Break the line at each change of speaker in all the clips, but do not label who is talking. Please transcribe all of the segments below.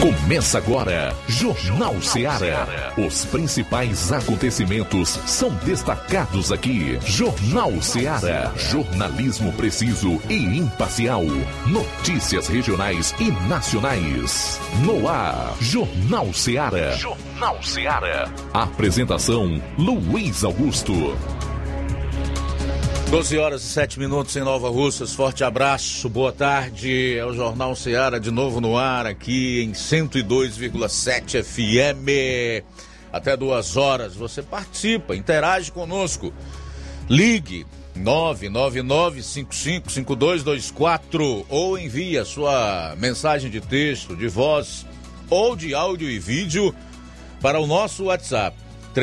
Começa agora, Jornal Ceará. Os principais acontecimentos são destacados aqui. Jornal Ceará. Jornalismo preciso e imparcial. Notícias regionais e nacionais. No ar, Jornal Ceará. Jornal Ceará. Apresentação, Luiz Augusto.
12h07 em Nova Russas, forte abraço, boa tarde, é o Jornal Ceará de novo no ar aqui em 102,7 FM, até 2 horas, você participa, interage conosco, ligue 999-555224 ou envie a sua mensagem de texto, de voz ou de áudio e vídeo para o nosso WhatsApp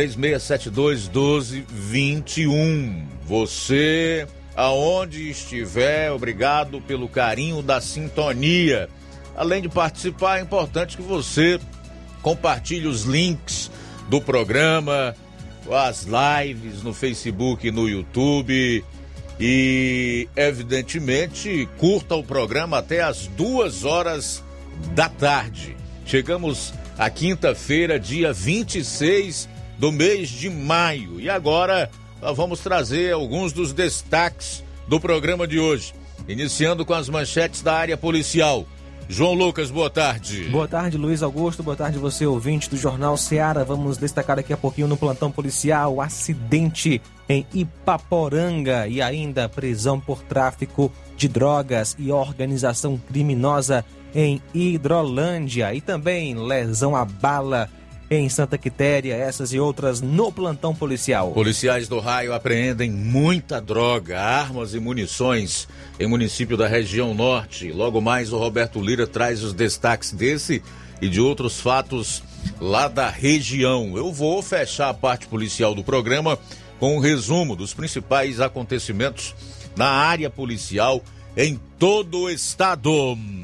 3672-1221. Você, aonde estiver, obrigado pelo carinho da sintonia. Além de participar, é importante que você compartilhe os links do programa, as lives no Facebook e no YouTube e, evidentemente, curta o programa até as 2 horas da tarde. Chegamos à quinta-feira, dia 26 do mês de maio. E agora nós vamos trazer alguns dos destaques do programa de hoje. Iniciando com as manchetes da área policial. João Lucas, boa tarde.
Boa tarde, Luiz Augusto. Boa tarde, você ouvinte do Jornal Ceará. Vamos destacar daqui a pouquinho no plantão policial acidente em Ipaporanga e ainda prisão por tráfico de drogas e organização criminosa em Hidrolândia e também lesão à bala em Santa Quitéria, essas e outras no plantão policial.
Policiais do Raio apreendem muita droga, armas e munições em município da região norte. Logo mais o Roberto Lira traz os destaques desse e de outros fatos lá da região. Eu vou fechar a parte policial do programa com um resumo dos principais acontecimentos na área policial em todo o estado.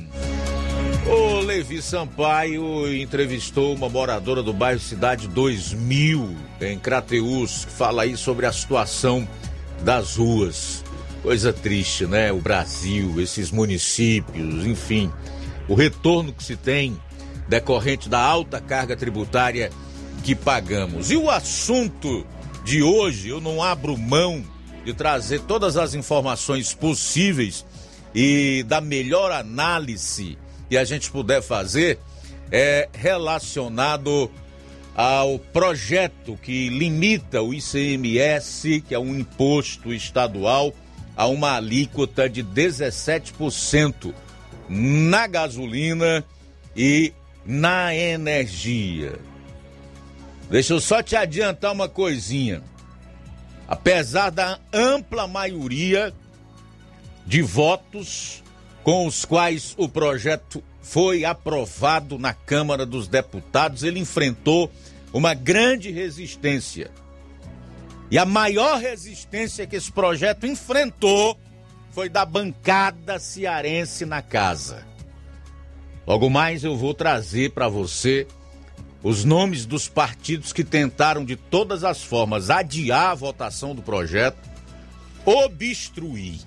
O Levi Sampaio entrevistou uma moradora do bairro Cidade 2000, em Crateús, que fala aí sobre a situação das ruas. Coisa triste, né? O Brasil, esses municípios, enfim, o retorno que se tem decorrente da alta carga tributária que pagamos. E o assunto de hoje, eu não abro mão de trazer todas as informações possíveis e da melhor análise que a gente puder fazer, é relacionado ao projeto que limita o ICMS, que é um imposto estadual, a uma alíquota de 17% na gasolina e na energia. Deixa eu só te adiantar uma coisinha. Apesar da ampla maioria de votos com os quais o projeto foi aprovado na Câmara dos Deputados, ele enfrentou uma grande resistência. E a maior resistência que esse projeto enfrentou foi da bancada cearense na casa. Logo mais eu vou trazer para você os nomes dos partidos que tentaram de todas as formas adiar a votação do projeto, obstruir.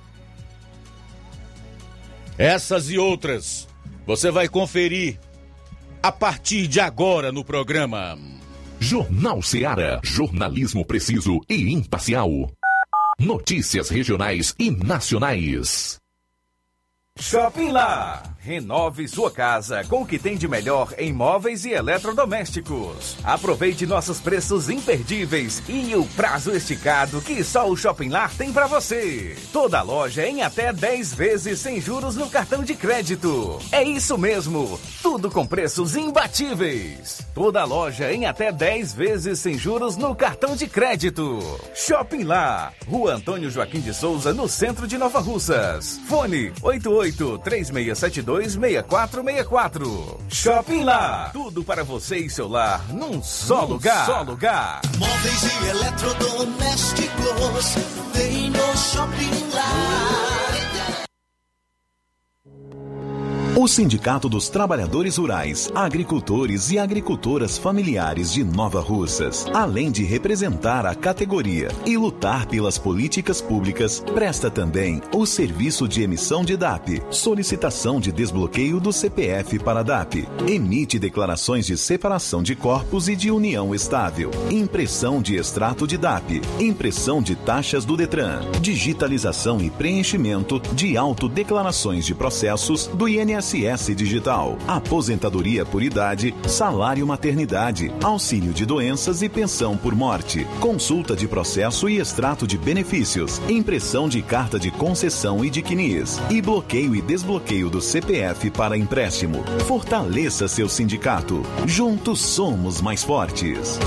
Essas e outras você vai conferir a partir de agora no programa.
Jornal Ceará. Jornalismo preciso e imparcial. Notícias regionais e nacionais.
Shopping Lá. Renove sua casa com o que tem de melhor em móveis e eletrodomésticos. Aproveite nossos preços imperdíveis e o prazo esticado que só o Shopping Lá tem para você. Toda loja em até 10 vezes sem juros no cartão de crédito. É isso mesmo, tudo com preços imbatíveis. Toda loja em até 10 vezes sem juros no cartão de crédito. Shopping Lá, Rua Antônio Joaquim de Souza, no centro de Nova Russas. Fone 88-3672-6464. Shopping Lá, tudo para você e seu lar num só lugar.
Móveis e eletrodomésticos, vem no Shopping Lá. O Sindicato dos Trabalhadores Rurais, Agricultores e Agricultoras Familiares de Nova Russas, além de representar a categoria e lutar pelas políticas públicas, presta também o serviço de emissão de DAP, solicitação de desbloqueio do CPF para DAP, emite declarações de separação de corpos e de união estável, impressão de extrato de DAP, impressão de taxas do Detran, digitalização e preenchimento de autodeclarações de processos do INSS Digital, aposentadoria por idade, salário maternidade, auxílio de doenças e pensão por morte, consulta de processo e extrato de benefícios, impressão de carta de concessão e de CNIS, e bloqueio e desbloqueio do CPF para empréstimo. Fortaleça seu sindicato. Juntos somos mais fortes.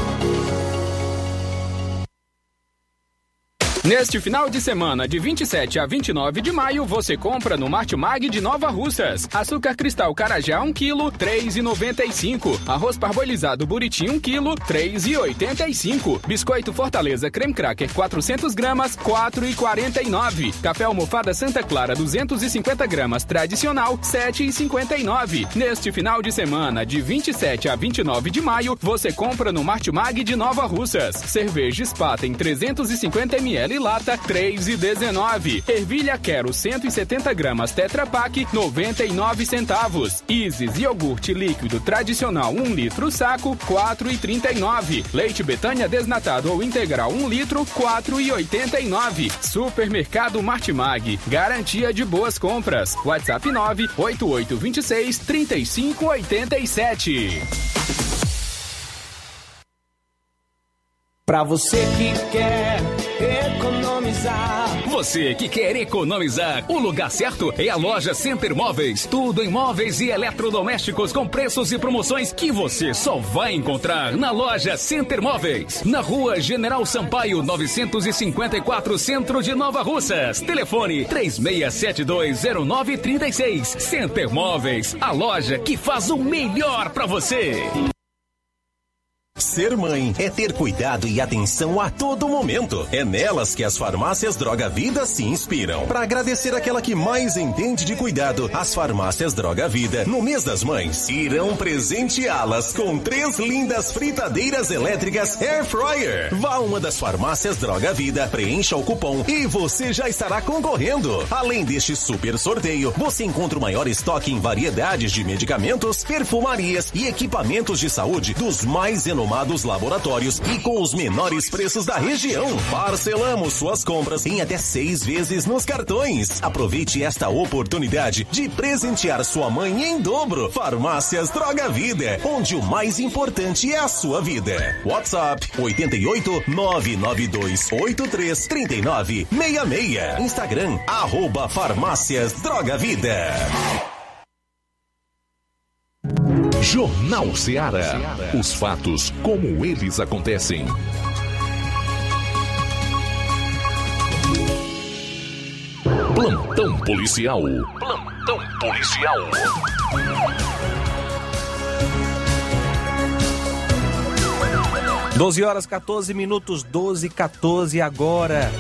Neste final de semana, de 27 a 29 de maio, você compra no Martimag de Nova Russas. Açúcar cristal Carajá 1 kg, R$ 3,95. Arroz parbolizado Buriti 1 kg, R$ 3,85. Biscoito Fortaleza Creme Cracker 400 gramas, R$ 4,49. Café almofada Santa Clara 250 gramas tradicional, R$ 7,59. Neste final de semana, de 27 a 29 de maio, você compra no Martimag de Nova Russas. Cerveja Spaten 350 ml lata, R$ 3,19. Ervilha Quero 170 gramas Tetra Pak, 99 centavos. Isis iogurte líquido tradicional 1 litro saco, R$ 4,39. Leite Betânia desnatado ou integral 1 litro, R$ 4,89. Supermercado Martimag, garantia de boas compras. WhatsApp 98826-3587.
Pra você que quer economizar.
Você que quer economizar, o lugar certo é a loja Center Móveis. Tudo em móveis e eletrodomésticos com preços e promoções que você só vai encontrar na loja Center Móveis. Na rua General Sampaio 954, centro de Nova Russas. Telefone 36720936. Center Móveis, a loja que faz o melhor pra você.
Ser mãe é ter cuidado e atenção a todo momento. É nelas que as farmácias Droga Vida se inspiram. Para agradecer aquela que mais entende de cuidado, as farmácias Droga Vida, no mês das mães, irão presenteá-las com 3 lindas fritadeiras elétricas Air Fryer. Vá a uma das farmácias Droga Vida, preencha o cupom e você já estará concorrendo. Além deste super sorteio, você encontra o maior estoque em variedades de medicamentos, perfumarias e equipamentos de saúde dos mais renomados laboratórios e com os menores preços da região. Parcelamos suas compras em até 6 vezes nos cartões. Aproveite esta oportunidade de presentear sua mãe em dobro. Farmácias Droga Vida, onde o mais importante é a sua vida. WhatsApp 88-99283-3966. Instagram @Farmácias Droga Vida.
Jornal Ceará. Os fatos como eles acontecem. Plantão policial. Plantão policial.
Doze horas 14 minutos, 12h14 agora.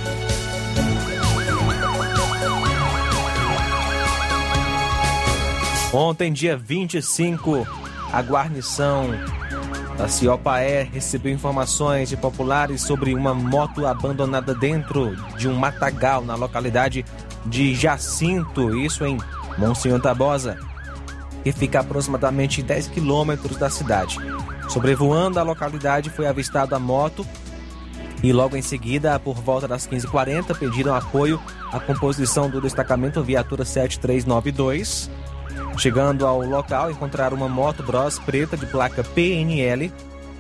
Ontem, dia 25, a guarnição da Ciopaé recebeu informações de populares sobre uma moto abandonada dentro de um matagal na localidade de Jacinto, isso em Monsenhor Tabosa, que fica a aproximadamente 10 quilômetros da cidade. Sobrevoando a localidade, foi avistada a moto e logo em seguida, por volta das 15h40, pediram apoio à composição do destacamento Viatura 7392. Chegando ao local, encontraram uma moto Bros preta de placa PNL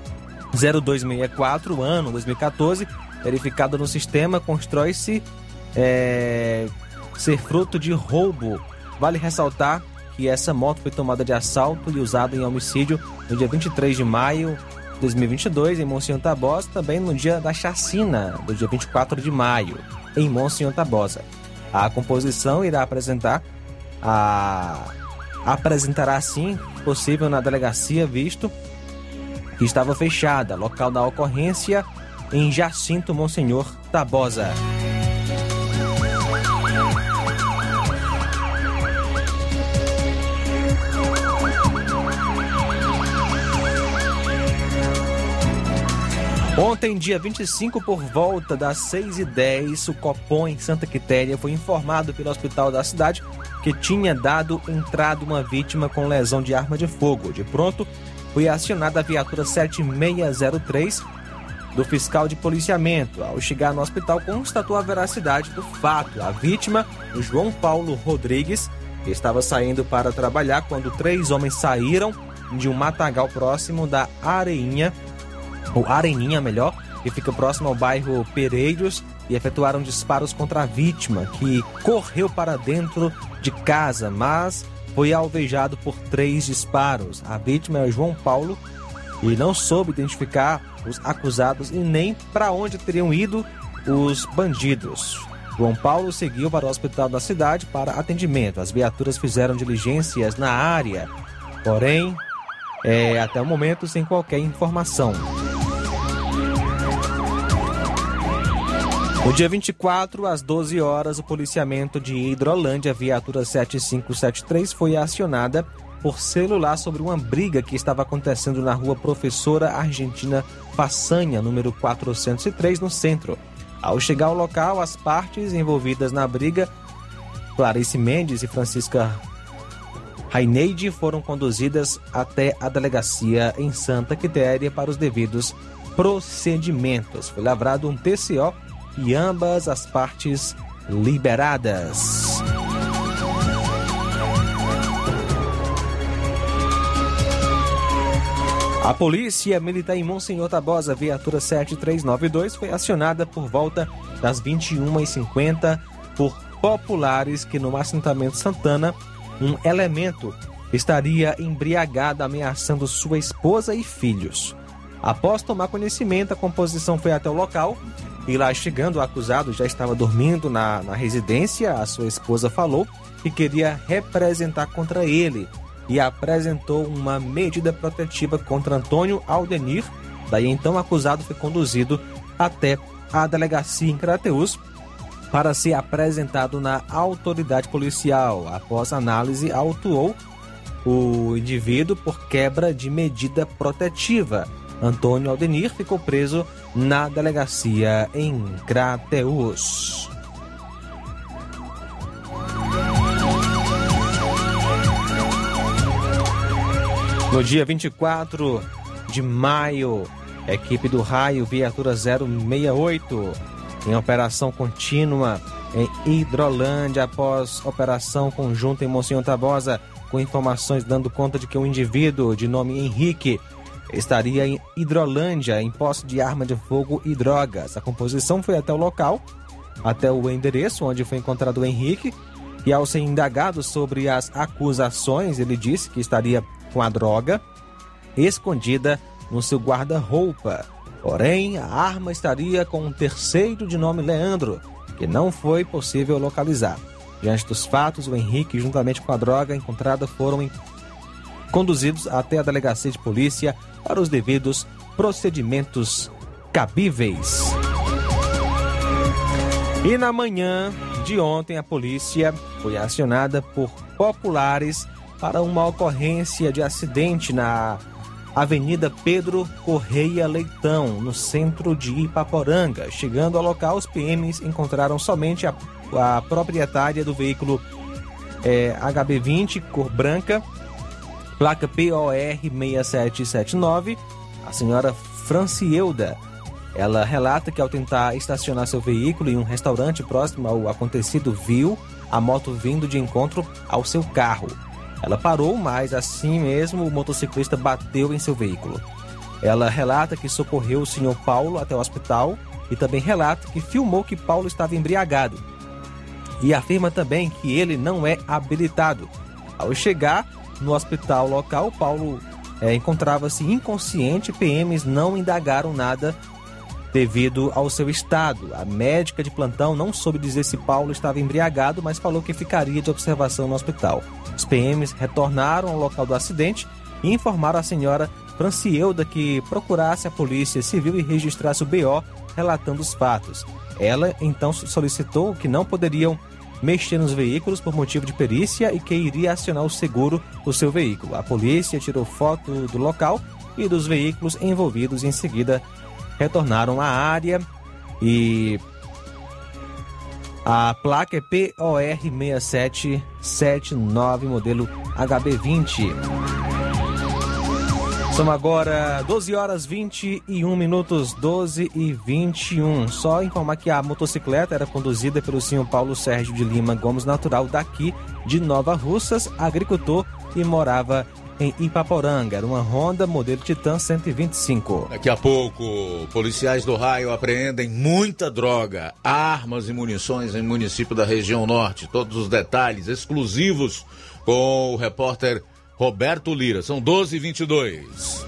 0264, ano 2014, verificada no sistema, constrói-se ser fruto de roubo. Vale ressaltar que essa moto foi tomada de assalto e usada em homicídio no dia 23 de maio de 2022 em Monsenhor Tabosa, também no dia da chacina do dia 24 de maio em Monsenhor Tabosa. A composição irá apresentará assim possível na delegacia, visto que estava fechada. Local da ocorrência em Jacinto, Monsenhor Tabosa. Ontem, dia 25, por volta das 6h10, o Copom em Santa Quitéria foi informado pelo hospital da cidade que tinha dado entrada uma vítima com lesão de arma de fogo. De pronto, foi acionada a viatura 7603 do fiscal de policiamento. Ao chegar no hospital, constatou a veracidade do fato. A vítima, o João Paulo Rodrigues, estava saindo para trabalhar quando 3 homens saíram de um matagal próximo da Areninha, que fica próximo ao bairro Pereiros, e efetuaram disparos contra a vítima, que correu para dentro de casa, mas foi alvejado por 3 disparos. A vítima é o João Paulo e não soube identificar os acusados e nem para onde teriam ido os bandidos. João Paulo seguiu para o hospital da cidade para atendimento. As viaturas fizeram diligências na área, porém, até o momento sem qualquer informação. No dia 24, às 12 horas, o policiamento de Hidrolândia, viatura 7573, foi acionada por celular sobre uma briga que estava acontecendo na rua Professora Argentina Façanha, número 403, no centro. Ao chegar ao local, as partes envolvidas na briga, Clarice Mendes e Francisca Raineide, foram conduzidas até a delegacia em Santa Quitéria para os devidos procedimentos. Foi lavrado um TCO e ambas as partes liberadas. A Polícia Militar em Monsenhor Tabosa, viatura 7392, foi acionada por volta das 21h50 por populares que no assentamento Santana, um elemento estaria embriagado ameaçando sua esposa e filhos. Após tomar conhecimento, a composição foi até o local e lá chegando, o acusado já estava dormindo na residência. A sua esposa falou que queria representar contra ele e apresentou uma medida protetiva contra Antônio Aldenir. Daí então o acusado foi conduzido até a delegacia em Crateús para ser apresentado na autoridade policial. Após análise, autuou o indivíduo por quebra de medida protetiva. Antônio Aldenir ficou preso na delegacia em Crateús. No dia 24 de maio, a equipe do Raio, viatura 068, em operação contínua em Hidrolândia, após operação conjunta em Monsenhor Tabosa, com informações dando conta de que um indivíduo de nome Henrique estaria em Hidrolândia em posse de arma de fogo e drogas. A composição foi até o local, até o endereço onde foi encontrado o Henrique, e ao ser indagado sobre as acusações, ele disse que estaria com a droga escondida no seu guarda-roupa. Porém, a arma estaria com um terceiro de nome Leandro, que não foi possível localizar. Diante dos fatos, o Henrique, juntamente com a droga encontrada, foram conduzidos até a delegacia de polícia para os devidos procedimentos cabíveis. E na manhã de ontem, a polícia foi acionada por populares para uma ocorrência de acidente na Avenida Pedro Correia Leitão, no centro de Ipaporanga. Chegando ao local, os PMs encontraram somente a proprietária do veículo HB20, cor branca, placa POR 6779, a senhora Francielda. Ela relata que ao tentar estacionar seu veículo em um restaurante próximo ao acontecido, viu a moto vindo de encontro ao seu carro. Ela parou, mas assim mesmo o motociclista bateu em seu veículo. Ela relata que socorreu o senhor Paulo até o hospital e também relata que filmou que Paulo estava embriagado. E afirma também que ele não é habilitado. Ao chegar no hospital local, Paulo encontrava-se inconsciente. PMs não indagaram nada devido ao seu estado. A médica de plantão não soube dizer se Paulo estava embriagado, mas falou que ficaria de observação no hospital. Os PMs retornaram ao local do acidente e informaram a senhora Francielda que procurasse a polícia civil e registrasse o BO relatando os fatos. Ela então solicitou que não poderiam mexer nos veículos por motivo de perícia e que iria acionar o seguro do seu veículo. A polícia tirou foto do local e dos veículos envolvidos e em seguida retornaram à área e a placa é POR 6779, modelo HB20. São agora 12 horas 21 minutos, 12 e 21. Só informar que a motocicleta era conduzida pelo senhor Paulo Sérgio de Lima Gomes, natural daqui de Nova Russas, agricultor e morava em Ipaporanga. Era uma Honda modelo Titan 125.
Daqui a pouco, policiais do raio apreendem muita droga, armas e munições em município da região norte. Todos os detalhes exclusivos com o repórter Roberto Lira. São 12h22.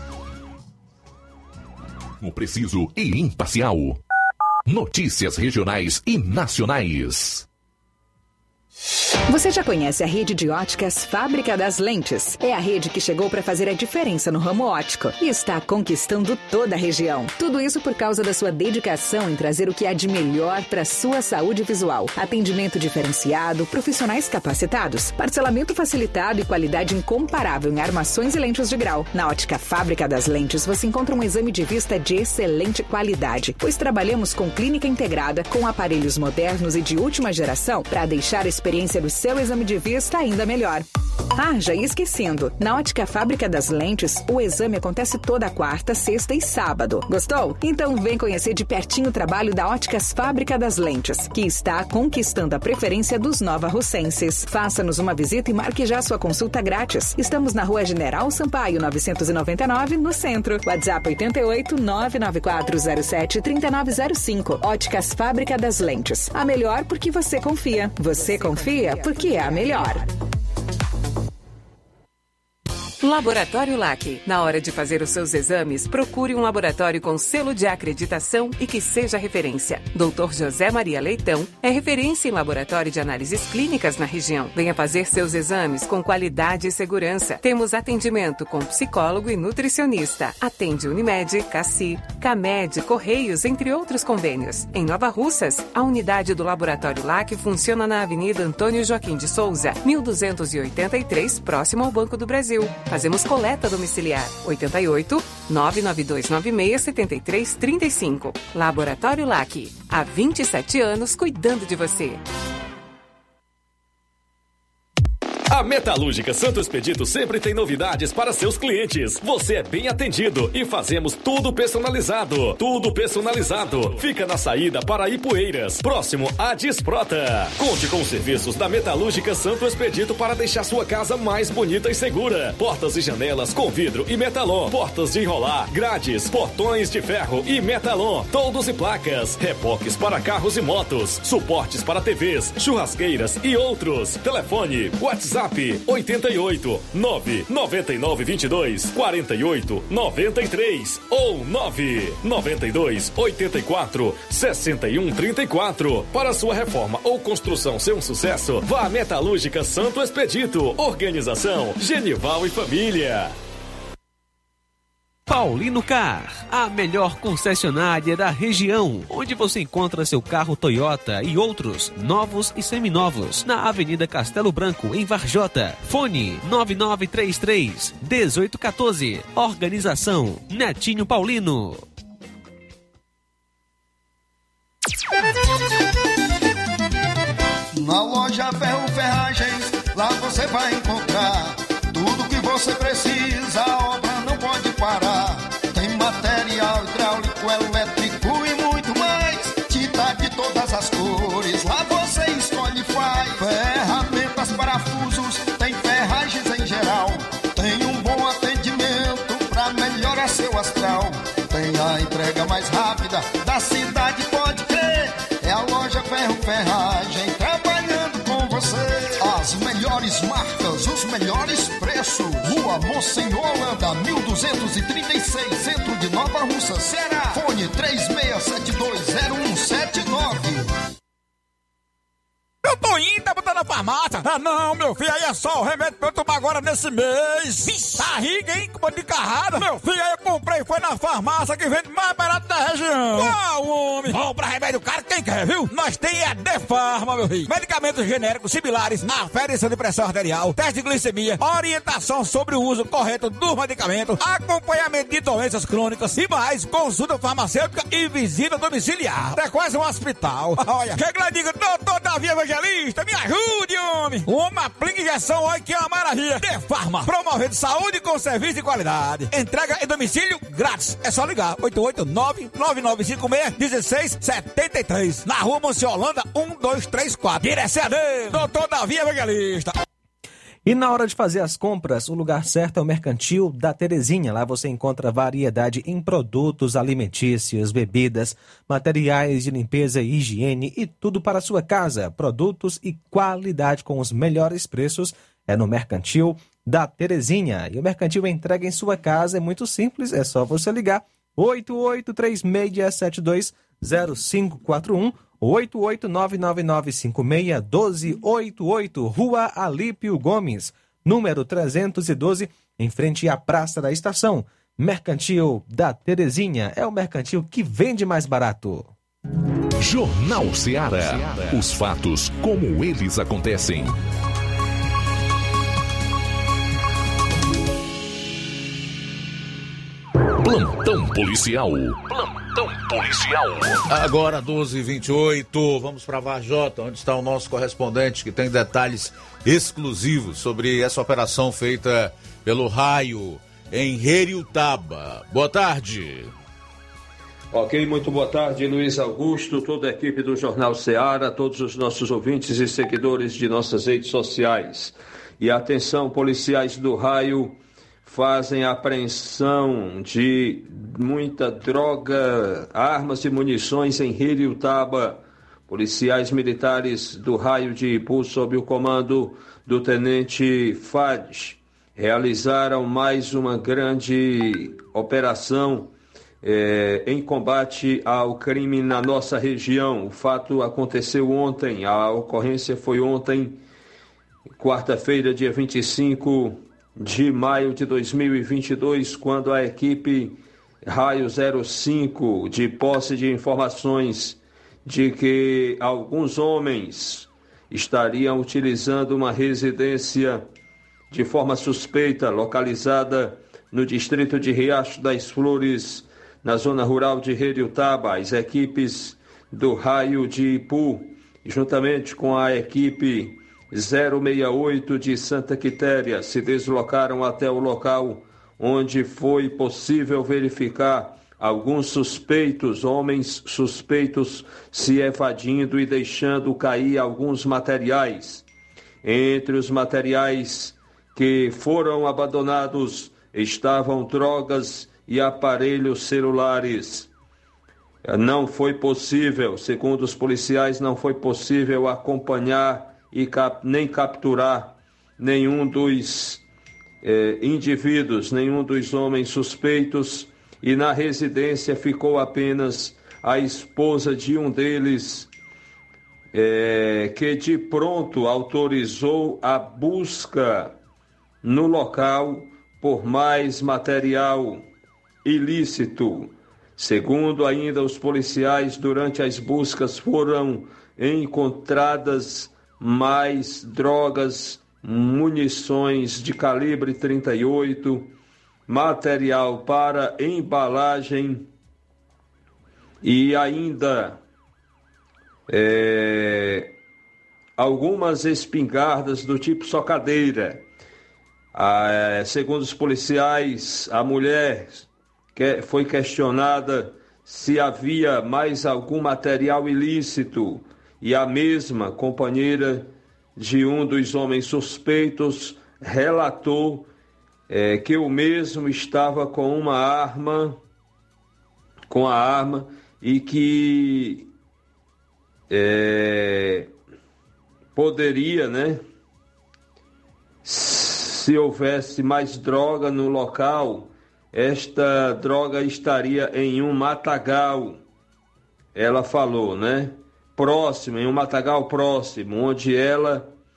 O preciso e imparcial. Notícias regionais e nacionais.
Você já conhece a rede de óticas Fábrica das Lentes? É a rede que chegou para fazer a diferença no ramo óptico e está conquistando toda a região. Tudo isso por causa da sua dedicação em trazer o que há de melhor para sua saúde visual. Atendimento diferenciado, profissionais capacitados, parcelamento facilitado e qualidade incomparável em armações e lentes de grau. Na ótica Fábrica das Lentes você encontra um exame de vista de excelente qualidade, pois trabalhamos com clínica integrada, com aparelhos modernos e de última geração para deixar a experiência do seu exame de vista ainda melhor. Ah, já ia esquecendo. Na ótica Fábrica das Lentes, o exame acontece toda quarta, sexta e sábado. Gostou? Então vem conhecer de pertinho o trabalho da Óticas Fábrica das Lentes, que está conquistando a preferência dos novarrossenses. Faça-nos uma visita e marque já sua consulta grátis. Estamos na Rua General Sampaio, 999, no centro. WhatsApp 88 99407 3905. Óticas Fábrica das Lentes. A melhor porque você confia. Você confia porque é a melhor.
Laboratório LAC. Na hora de fazer os seus exames, procure um laboratório com selo de acreditação e que seja referência. Dr. José Maria Leitão é referência em laboratório de análises clínicas na região. Venha fazer seus exames com qualidade e segurança. Temos atendimento com psicólogo e nutricionista. Atende Unimed, Cassi, Camed, Correios, entre outros convênios. Em Nova Russas, a unidade do Laboratório LAC funciona na Avenida Antônio Joaquim de Souza, 1283, próximo ao Banco do Brasil. Fazemos coleta domiciliar. 88 99296 7335. Laboratório LAC. Há 27 anos cuidando de você.
A Metalúrgica Santo Expedito sempre tem novidades para seus clientes. Você é bem atendido e fazemos tudo personalizado. Tudo personalizado. Fica na saída para Ipueiras, próximo à Desprota. Conte com os serviços da Metalúrgica Santo Expedito para deixar sua casa mais bonita e segura. Portas e janelas com vidro e metalon. Portas de enrolar, grades, portões de ferro e metalon. Toldos e placas. Reboques para carros e motos. Suportes para TVs, churrasqueiras e outros. Telefone, WhatsApp 88 999 22 48 93 ou 992 84 61 34. Para sua reforma ou construção ser um sucesso, vá à Metalúrgica Santo Expedito. Organização Genival e Família.
Paulino Car, a melhor concessionária da região, onde você encontra seu carro Toyota e outros novos e seminovos, na Avenida Castelo Branco, em Varjota. Fone 9933-1814. Organização Netinho Paulino.
Na loja Ferro Ferragens, lá você vai encontrar tudo que você precisa, a obra não pode parar. Tem material hidráulico, elétrico e muito mais. Tinta de todas as cores, lá você escolhe e faz. Ferramentas, parafusos, tem ferragens em geral. Tem um bom atendimento pra melhorar seu astral. Tem a entrega mais rápida da cidade, pode crer. É a loja Ferro Ferragem trabalhando com você. As melhores marcas, os melhores preços. Rua Monsenhor Holanda, 1236, centro de Nova Russa, Ceará. Fone 36720179.
Eu tô indo, tá botando lá na farmácia. Ah, não, meu filho, aí é só o remédio pra eu tomar agora nesse mês. Vixe, tá rico, hein? Com de carrada. Meu filho, aí eu comprei, foi na farmácia que vende mais barato da região. Qual, homem? Compra remédio caro, quem quer, viu? Nós tem a Defarma, meu filho. Medicamentos genéricos similares, aferição de pressão arterial, teste de glicemia, orientação sobre o uso correto do medicamento, acompanhamento de doenças crônicas e mais, consulta farmacêutica e visita domiciliar. É quase um hospital. Olha, chega lá e diga, doutor Davi Evangelista, me ajude, homem. Uma aplica injeção, olha que é uma maravilha. Defarma, promovendo saúde com serviço de qualidade. Entrega em domicílio grátis. É só ligar, 889-9956-1673. Na rua Monsiolanda, 1234. Direção a Deus, doutor Davi Evangelista.
E na hora de fazer as compras, o lugar certo é o Mercantil da Terezinha. Lá você encontra variedade em produtos alimentícios, bebidas, materiais de limpeza e higiene e tudo para a sua casa. Produtos e qualidade com os melhores preços é no Mercantil da Terezinha. E o Mercantil entrega em sua casa, é muito simples, é só você ligar 8836720541 88999561288, Rua Alípio Gomes, número 312, em frente à Praça da Estação. Mercantil da Terezinha é o mercantil que vende mais barato.
Jornal Ceará. Os fatos como eles acontecem. Plantão policial. Plantão policial.
Agora 12h28, vamos para Varjota, onde está o nosso correspondente que tem detalhes exclusivos sobre essa operação feita pelo Raio em Heriutaba. Boa tarde.
Ok, muito boa tarde, Luiz Augusto, toda a equipe do Jornal Ceará, todos os nossos ouvintes e seguidores de nossas redes sociais. E atenção, policiais do Raio fazem apreensão de muita droga, armas e munições em Heriutaba. Policiais militares do Raio de Ipu, sob o comando do tenente Fad, realizaram mais uma grande operação em combate ao crime na nossa região. O fato aconteceu ontem, a ocorrência foi ontem, quarta-feira, dia 25 de maio de 2022, quando a equipe Raio 05, de posse de informações de que alguns homens estariam utilizando uma residência de forma suspeita, localizada no distrito de Riacho das Flores, na zona rural de Heriutaba, as equipes do Raio de Ipu, juntamente com a equipe 068 de Santa Quitéria, se deslocaram até o local onde foi possível verificar alguns suspeitos, homens suspeitos, se evadindo e deixando cair alguns materiais. Entre os materiais que foram abandonados estavam drogas e aparelhos celulares. Não foi possível, segundo os policiais, não foi possível acompanhar e nem capturar nenhum dos indivíduos, nenhum dos homens suspeitos, e na residência ficou apenas a esposa de um deles, que de pronto autorizou a busca no local por mais material ilícito. Segundo ainda os policiais, durante as buscas foram encontradas mais drogas, munições de calibre 38, material para embalagem e ainda algumas espingardas do tipo socadeira. Segundo os policiais, a mulher foi questionada se havia mais algum material ilícito, e a mesma companheira de um dos homens suspeitos relatou que o mesmo estava com a arma e que poderia, se houvesse mais droga no local, esta droga estaria em um matagal, ela falou, próximo, em um matagal próximo, onde ela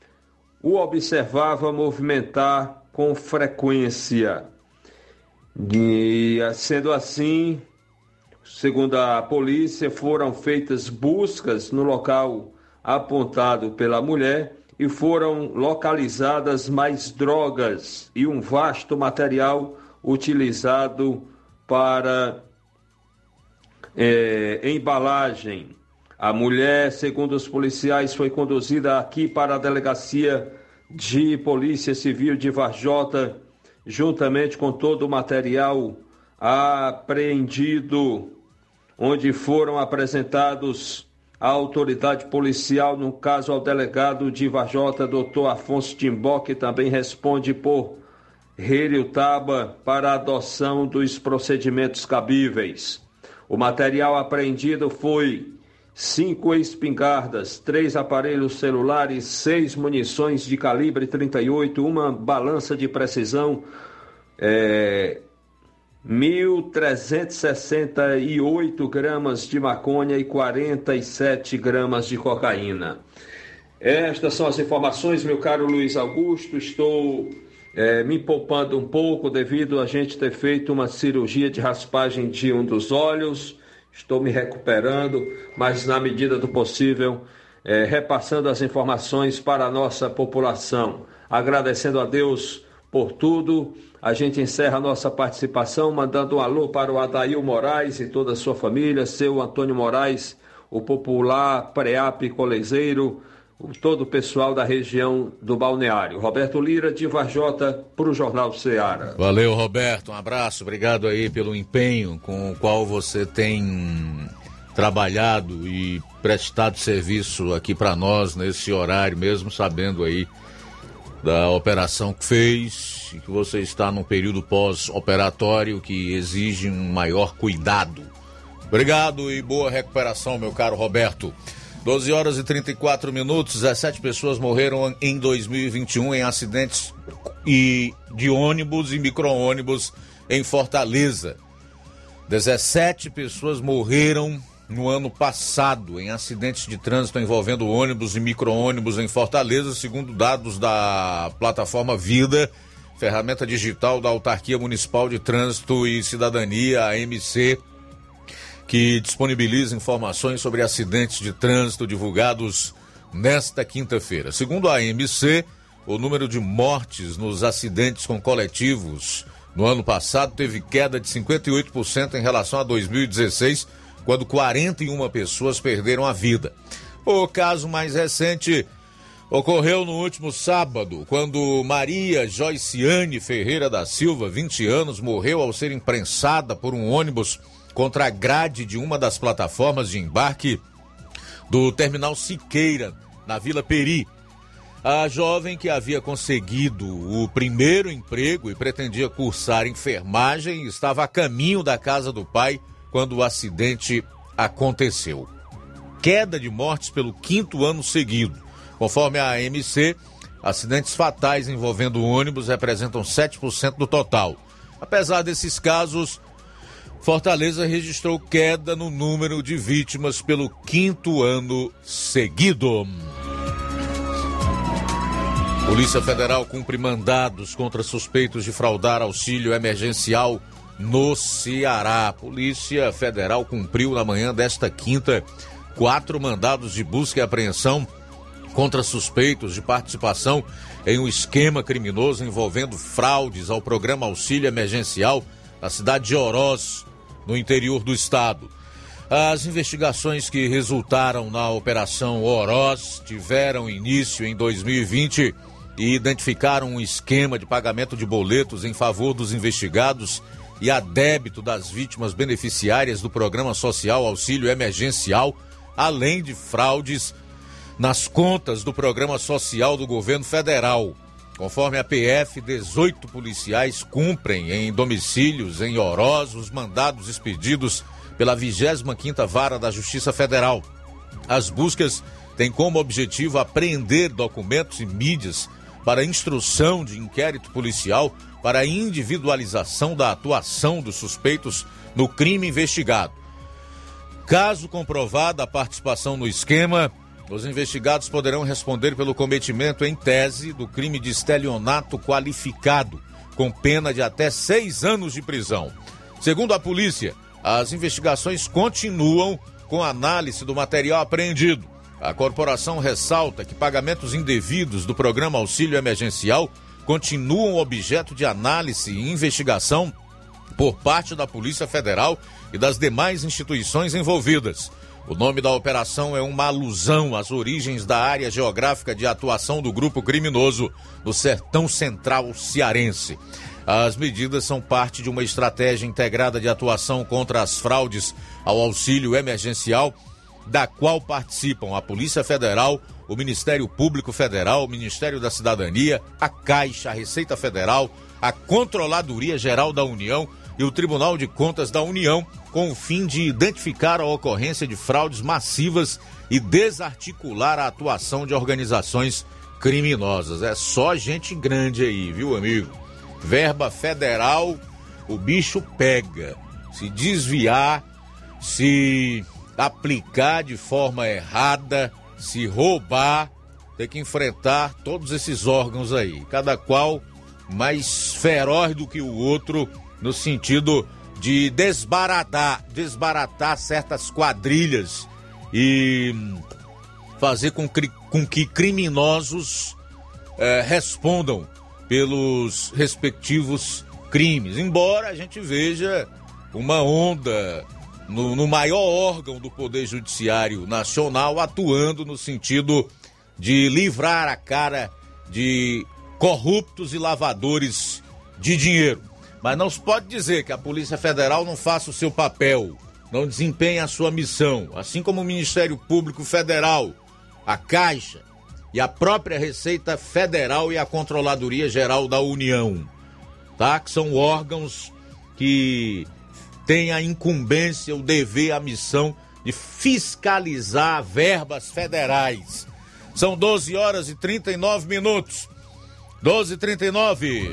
o observava movimentar com frequência. E, sendo assim, segundo a polícia, foram feitas buscas no local apontado pela mulher e foram localizadas mais drogas e um vasto material utilizado para embalagem. A mulher, segundo os policiais, foi conduzida aqui para a delegacia de Polícia Civil de Varjota, juntamente com todo o material apreendido, onde foram apresentados à autoridade policial, no caso ao delegado de Varjota, Dr. Afonso Timbó, que também responde por Heriutaba para a adoção dos procedimentos cabíveis. O material apreendido foi 5 espingardas, 3 aparelhos celulares, 6 munições de calibre 38, uma balança de precisão, 1.368 gramas de maconha e 47 gramas de cocaína. Estas são as informações, meu caro Luiz Augusto. Estou me poupando um pouco devido a gente ter feito uma cirurgia de raspagem de um dos olhos. Estou me recuperando, mas na medida do possível, repassando as informações para a nossa população. Agradecendo a Deus por tudo, a gente encerra a nossa participação mandando um alô para o Adail Moraes e toda a sua família, seu Antônio Moraes, o popular Preap Colezeiro, todo o pessoal da região do Balneário. Roberto Lira, de Varjota, para o Jornal Ceará.
Valeu, Roberto, um abraço, obrigado aí pelo empenho com o qual você tem trabalhado e prestado serviço aqui para nós nesse horário, mesmo sabendo aí da operação que fez e que você está num período pós-operatório que exige um maior cuidado. Obrigado e boa recuperação, meu caro Roberto. 12 horas e 34 minutos, 17 pessoas morreram em 2021 em acidentes de ônibus e micro-ônibus em Fortaleza. 17 pessoas morreram no ano passado em acidentes de trânsito envolvendo ônibus e micro-ônibus em Fortaleza, segundo dados da plataforma Vida, ferramenta digital da Autarquia Municipal de Trânsito e Cidadania, a AMC, que disponibiliza informações sobre acidentes de trânsito divulgados nesta quinta-feira. Segundo a AMC, o número de mortes nos acidentes com coletivos no ano passado teve queda de 58% em relação a 2016, quando 41 pessoas perderam a vida. O caso mais recente ocorreu no último sábado, quando Maria Joiciane Ferreira da Silva, 20 anos, morreu ao ser imprensada por um ônibus contra a grade de uma das plataformas de embarque do Terminal Siqueira, na Vila Peri. A jovem, que havia conseguido o primeiro emprego e pretendia cursar enfermagem, estava a caminho da casa do pai quando o acidente aconteceu. Queda de mortes pelo 5º ano seguido. Conforme a AMC, acidentes fatais envolvendo ônibus representam 7% do total. Apesar desses casos, Fortaleza registrou queda no número de vítimas pelo 5º ano seguido. Polícia Federal cumpre mandados contra suspeitos de fraudar auxílio emergencial no Ceará. Polícia Federal cumpriu na manhã desta quinta 4 mandados de busca e apreensão contra suspeitos de participação em um esquema criminoso envolvendo fraudes ao programa auxílio emergencial na cidade de Oroz, no interior do estado. As investigações que resultaram na Operação Oroz tiveram início em 2020 e identificaram um esquema de pagamento de boletos em favor dos investigados e a débito das vítimas beneficiárias do Programa Social Auxílio Emergencial, além de fraudes nas contas do Programa Social do Governo Federal. Conforme a PF, 18 policiais cumprem em domicílios em Oroz os mandados expedidos pela 25ª Vara da Justiça Federal. As buscas têm como objetivo apreender documentos e mídias para instrução de inquérito policial para a individualização da atuação dos suspeitos no crime investigado. Caso comprovada a participação no esquema, os investigados poderão responder pelo cometimento, em tese, do crime de estelionato qualificado, com pena de até 6 anos de prisão. Segundo a polícia, as investigações continuam com análise do material apreendido. A corporação ressalta que pagamentos indevidos do programa Auxílio Emergencial continuam objeto de análise e investigação por parte da Polícia Federal e das demais instituições envolvidas. O nome da operação é uma alusão às origens da área geográfica de atuação do grupo criminoso no Sertão Central cearense. As medidas são parte de uma estratégia integrada de atuação contra as fraudes ao auxílio emergencial, da qual participam a Polícia Federal, o Ministério Público Federal, o Ministério da Cidadania, a Caixa, a Receita Federal, a Controladoria Geral da União e o Tribunal de Contas da União, com o fim de identificar a ocorrência de fraudes massivas e desarticular a atuação de organizações criminosas. É só gente grande aí, viu, amigo? Verba federal, o bicho pega. Se desviar, se aplicar de forma errada, se roubar, tem que enfrentar todos esses órgãos aí, cada qual mais feroz do que o outro, no sentido de desbaratar certas quadrilhas e fazer com que criminosos respondam pelos respectivos crimes. Embora a gente veja uma onda no maior órgão do Poder Judiciário Nacional atuando no sentido de livrar a cara de corruptos e lavadores de dinheiro. Mas não se pode dizer que a Polícia Federal não faça o seu papel, não desempenhe a sua missão, assim como o Ministério Público Federal, a Caixa e a própria Receita Federal e a Controladoria Geral da União, tá? Que são órgãos que têm a incumbência, o dever, a missão de fiscalizar verbas federais. São 12 horas e 39 minutos. 12h39.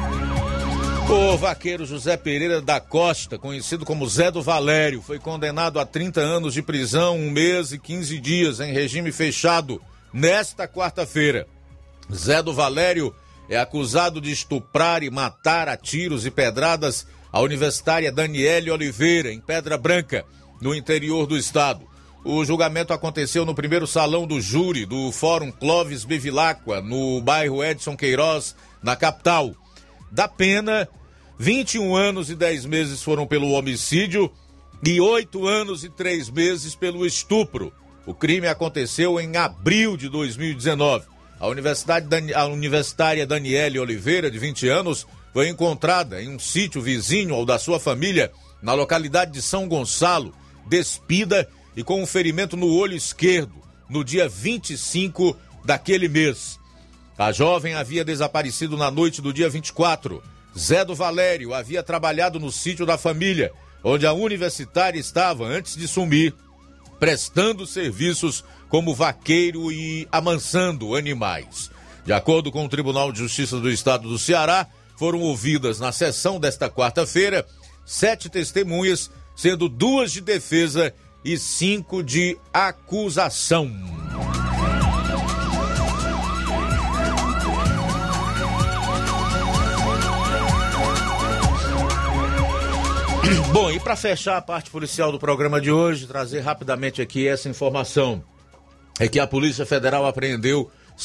O vaqueiro José Pereira da Costa, conhecido como Zé do Valério, foi condenado a 30 anos de prisão, 1 mês e 15 dias em regime fechado nesta quarta-feira. Zé do Valério é acusado de estuprar e matar a tiros e pedradas a universitária Daniele Oliveira, em Pedra Branca, no interior do estado. O julgamento aconteceu no primeiro salão do júri do Fórum Clóvis Bevilacqua, no bairro Edson Queiroz, na capital. Da pena, 21 anos e 10 meses foram pelo homicídio e 8 anos e 3 meses pelo estupro. O crime aconteceu em abril de 2019. A universitária Daniele Oliveira, de 20 anos, foi encontrada em um sítio vizinho ao da sua família, na localidade de São Gonçalo, despida e com um ferimento no olho esquerdo, no dia 25 daquele mês. A jovem havia desaparecido na noite do dia 24. Zé do Valério havia trabalhado no sítio da família, onde a universitária estava antes de sumir, prestando serviços como vaqueiro e amansando animais. De acordo com o Tribunal de Justiça do Estado do Ceará, foram ouvidas na sessão desta quarta-feira 7 testemunhas, sendo 2 de defesa e 5 de acusação. Bom, e para fechar a parte policial do programa de hoje, trazer rapidamente aqui essa informação. É que a Polícia Federal apreendeu R$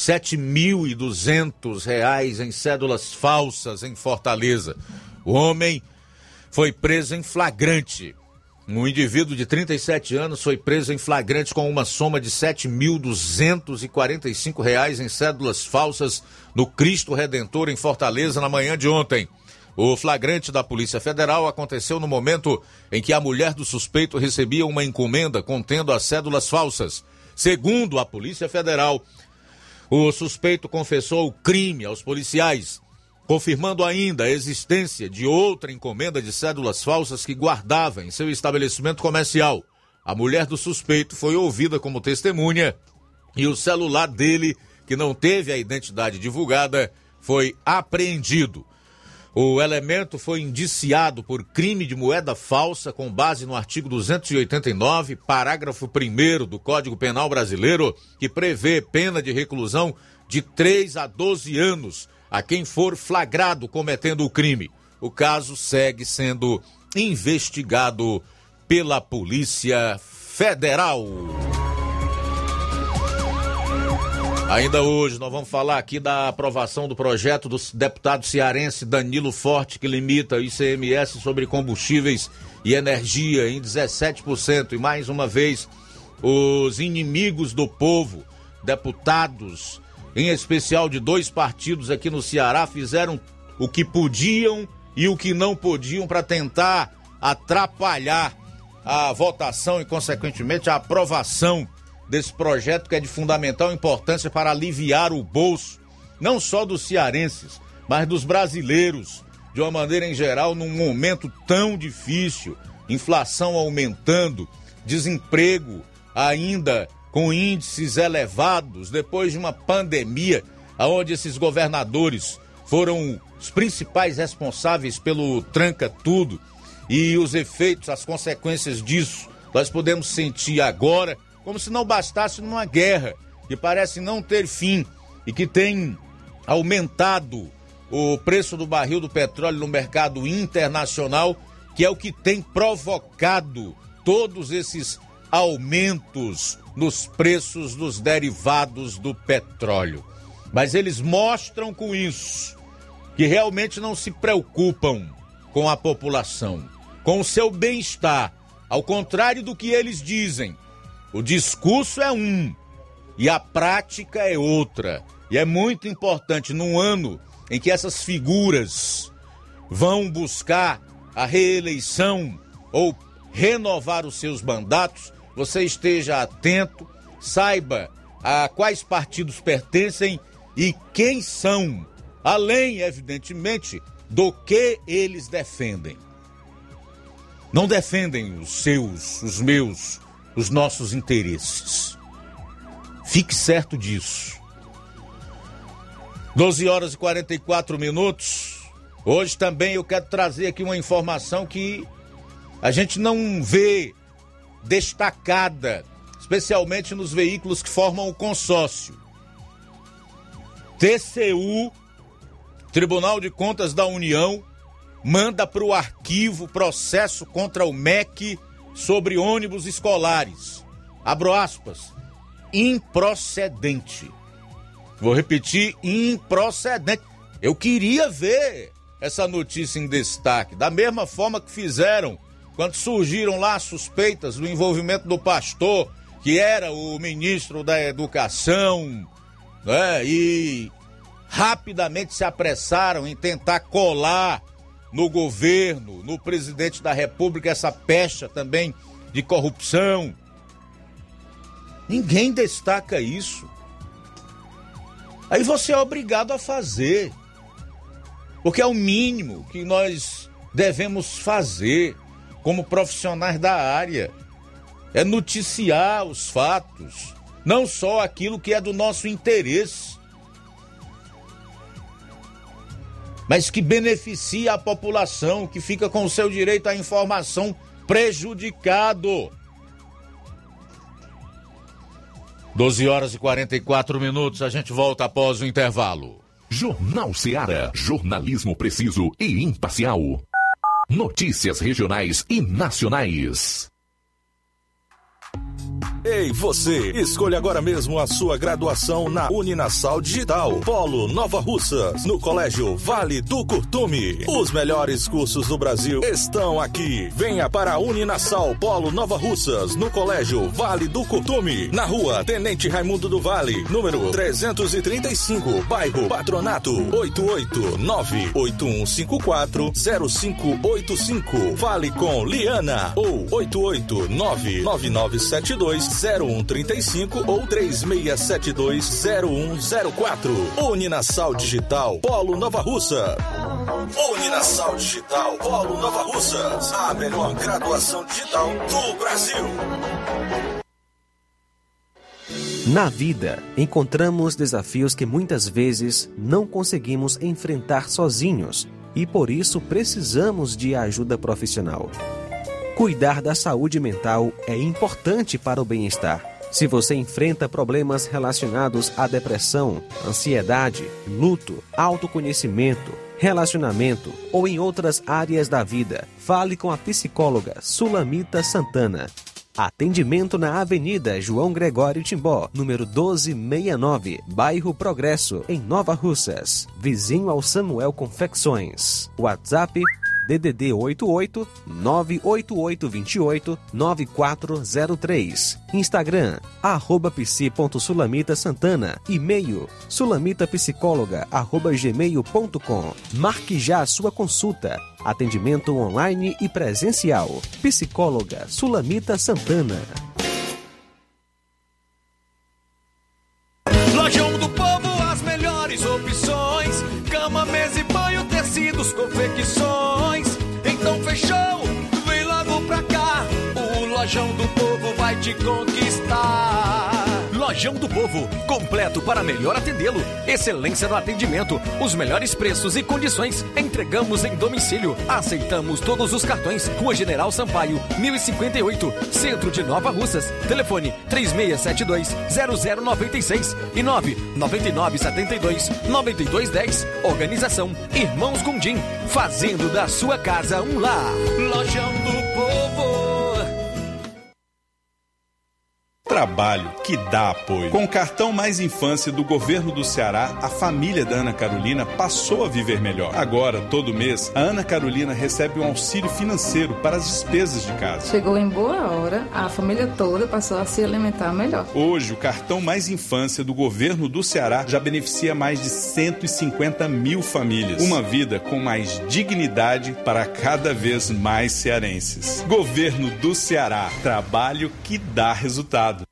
7.200 em cédulas falsas em Fortaleza. O homem foi preso em flagrante. Um indivíduo de 37 anos foi preso em flagrante com uma soma de R$ 7.245 em cédulas falsas no Cristo Redentor em Fortaleza na manhã de ontem. O flagrante da Polícia Federal aconteceu no momento em que a mulher do suspeito recebia uma encomenda contendo as cédulas falsas. Segundo a Polícia Federal, o suspeito confessou o crime aos policiais, confirmando ainda a existência de outra encomenda de cédulas falsas que guardava em seu estabelecimento comercial. A mulher do suspeito foi ouvida como testemunha e o celular dele, que não teve a identidade divulgada, foi apreendido. O elemento foi indiciado por crime de moeda falsa com base no artigo 289, parágrafo 1º do Código Penal Brasileiro, que prevê pena de reclusão de 3 a 12 anos a quem for flagrado cometendo o crime. O caso segue sendo investigado pela Polícia Federal. Ainda hoje nós vamos falar aqui da aprovação do projeto do deputado cearense Danilo Forte, que limita o ICMS sobre combustíveis e energia em 17%. E mais uma vez, os inimigos do povo, deputados, em especial de 2 partidos aqui no Ceará, fizeram o que podiam e o que não podiam para tentar atrapalhar a votação e, consequentemente, a aprovação desse projeto, que é de fundamental importância para aliviar o bolso, não só dos cearenses, mas dos brasileiros, de uma maneira em geral, num momento tão difícil, inflação aumentando, desemprego ainda com índices elevados, depois de uma pandemia, onde esses governadores foram os principais responsáveis pelo tranca-tudo, e os efeitos, as consequências disso, nós podemos sentir agora, como se não bastasse numa guerra que parece não ter fim e que tem aumentado o preço do barril do petróleo no mercado internacional, que é o que tem provocado todos esses aumentos nos preços dos derivados do petróleo. Mas eles mostram com isso que realmente não se preocupam com a população, com o seu bem-estar, ao contrário do que eles dizem. O discurso é um e a prática é outra. E é muito importante, num ano em que essas figuras vão buscar a reeleição ou renovar os seus mandatos, você esteja atento, saiba a quais partidos pertencem e quem são, além, evidentemente, do que eles defendem. Não defendem os seus, os meus, os nossos interesses. Fique certo disso. 12h44. Hoje também eu quero trazer aqui uma informação que a gente não vê destacada, especialmente nos veículos que formam o consórcio. TCU, Tribunal de Contas da União, manda para o arquivo processo contra o MEC sobre ônibus escolares. Abro aspas. Improcedente. Vou repetir, improcedente. Eu queria ver essa notícia em destaque, da mesma forma que fizeram quando surgiram lá suspeitas do envolvimento do pastor, que era o ministro da Educação, né? E rapidamente se apressaram em tentar colar no governo, no presidente da República, essa pecha também de corrupção. Ninguém destaca isso. Aí você é obrigado a fazer, porque é o mínimo que nós devemos fazer como profissionais da área, é noticiar os fatos, não só aquilo que é do nosso interesse, mas que beneficia a população, que fica com o seu direito à informação prejudicado. 12h44, a gente volta após o intervalo.
Jornal Ceará, jornalismo preciso e imparcial. Notícias regionais e nacionais.
Ei, você, escolha agora mesmo a sua graduação na Uninasal Digital, Polo Nova Russas, no Colégio Vale do Curtume. Os melhores cursos do Brasil estão aqui. Venha para a Uninasal Polo Nova Russas, no Colégio Vale do Curtume, na rua Tenente Raimundo do Vale, número 335, bairro Patronato, 889-8154-0585. Fale com Liana, ou 889-9972-0135 ou 3672-0104. Uninasal Digital Polo Nova Russa. Uninasal Digital Polo Nova Russas, a melhor graduação digital do Brasil.
Na vida, encontramos desafios que muitas vezes não conseguimos enfrentar sozinhos.
e por isso precisamos de ajuda profissional. Cuidar da saúde mental é importante para o bem-estar. Se você enfrenta problemas relacionados à depressão, ansiedade, luto, autoconhecimento, relacionamento ou em outras áreas da vida, fale com a psicóloga Sulamita Santana. Atendimento na Avenida João Gregório Timbó, número 1269, bairro Progresso, em Nova Russas, vizinho ao Samuel Confecções. WhatsApp DDD 88 98828 9403. Instagram @psi.sulamitasantana. E-mail sulamitapsicóloga@gmail.com. Marque já a sua consulta. Atendimento online e presencial. Psicóloga Sulamita Santana.
Lojão do Povo, as melhores opções: cama, mesa e banho, tecidos, confecções. Então fechou, vem logo pra cá. O Lojão do Povo vai te conquistar.
Lojão do Povo, completo para melhor atendê-lo. Excelência no atendimento, os melhores preços e condições. Entregamos em domicílio. Aceitamos todos os cartões. Rua General Sampaio, 1058, Centro de Nova Russas. Telefone 3672-0096 e 99972-9210. Organização Irmãos Gondim, fazendo da sua casa um lar.
Lojão do Povo.
Trabalho que dá apoio. Com o cartão Mais Infância do Governo do Ceará, a família da Ana Carolina passou a viver melhor. Agora, todo mês, a Ana Carolina recebe um auxílio financeiro para as despesas de casa.
Chegou em boa hora, a família toda passou a se alimentar melhor.
Hoje, o cartão Mais Infância do Governo do Ceará já beneficia mais de 150 mil famílias. Uma vida com mais dignidade para cada vez mais cearenses. Governo do Ceará. Trabalho que dá resultado.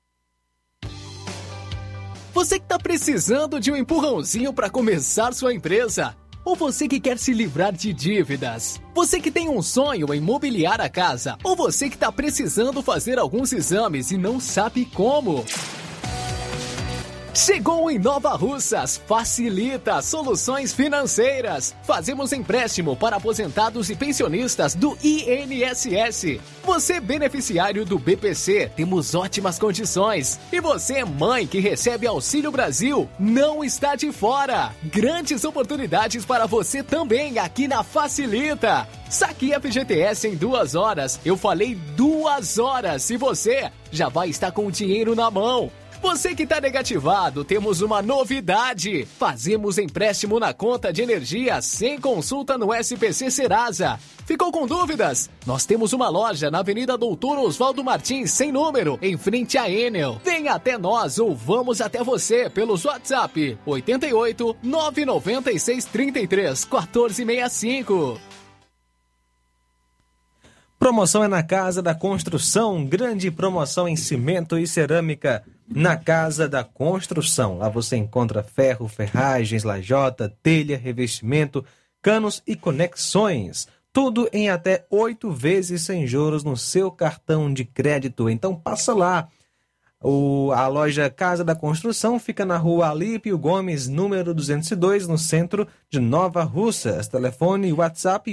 Você que está precisando de um empurrãozinho para começar sua empresa? Ou você que quer se livrar de dívidas? Você que tem um sonho em mobiliar a casa? Ou você que está precisando fazer alguns exames e não sabe como? Chegou em Nova Russas, Facilita Soluções Financeiras. Fazemos empréstimo para aposentados e pensionistas do INSS. Você beneficiário do BPC, temos ótimas condições. E você mãe que recebe Auxílio Brasil, não está de fora. Grandes oportunidades para você também aqui na Facilita. Saque FGTS em 2 horas. Eu falei 2 horas e você já vai estar com o dinheiro na mão. Você que está negativado, temos uma novidade. Fazemos empréstimo na conta de energia sem consulta no SPC Serasa. Ficou com dúvidas? Nós temos uma loja na Avenida Doutor Oswaldo Martins, sem número, em frente à Enel. Venha até nós ou vamos até você pelos WhatsApp 88 996 33 1465.
Promoção é na Casa da Construção, grande promoção em cimento e cerâmica na Casa da Construção. Lá você encontra ferro, ferragens, lajota, telha, revestimento, canos e conexões. Tudo em até 8 vezes sem juros no seu cartão de crédito. Então passa lá. A loja Casa da Construção fica na rua Alípio Gomes, número 202, no centro de Nova Russas. Telefone e WhatsApp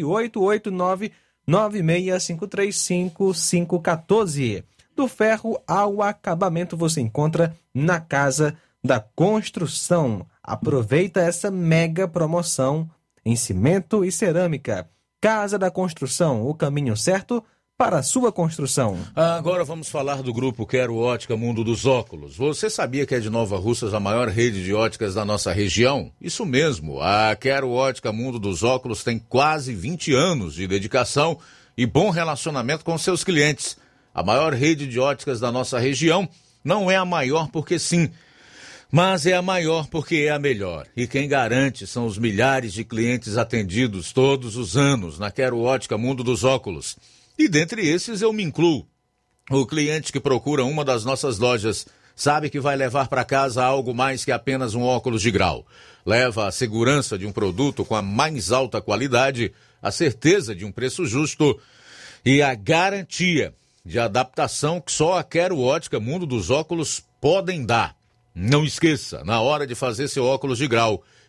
889-9653-5514. Do ferro ao acabamento você encontra na Casa da Construção. Aproveita essa mega promoção em cimento e cerâmica. Casa da Construção, o caminho certo para a sua construção.
Agora vamos falar do grupo Quero Ótica Mundo dos Óculos. Você sabia que é de Nova Russas a maior rede de óticas da nossa região? Isso mesmo, a Quero Ótica Mundo dos Óculos tem quase 20 anos de dedicação e bom relacionamento com seus clientes. A maior rede de óticas da nossa região não é a maior porque sim, mas é a maior porque é a melhor. E quem garante são os milhares de clientes atendidos todos os anos na Quero Ótica Mundo dos Óculos. E dentre esses eu me incluo. O cliente que procura uma das nossas lojas sabe que vai levar para casa algo mais que apenas um óculos de grau. Leva a segurança de um produto com a mais alta qualidade, a certeza de um preço justo e a garantia de adaptação que só a Quero Ótica Mundo dos Óculos podem dar. Não esqueça, na hora de fazer seu óculos de grau,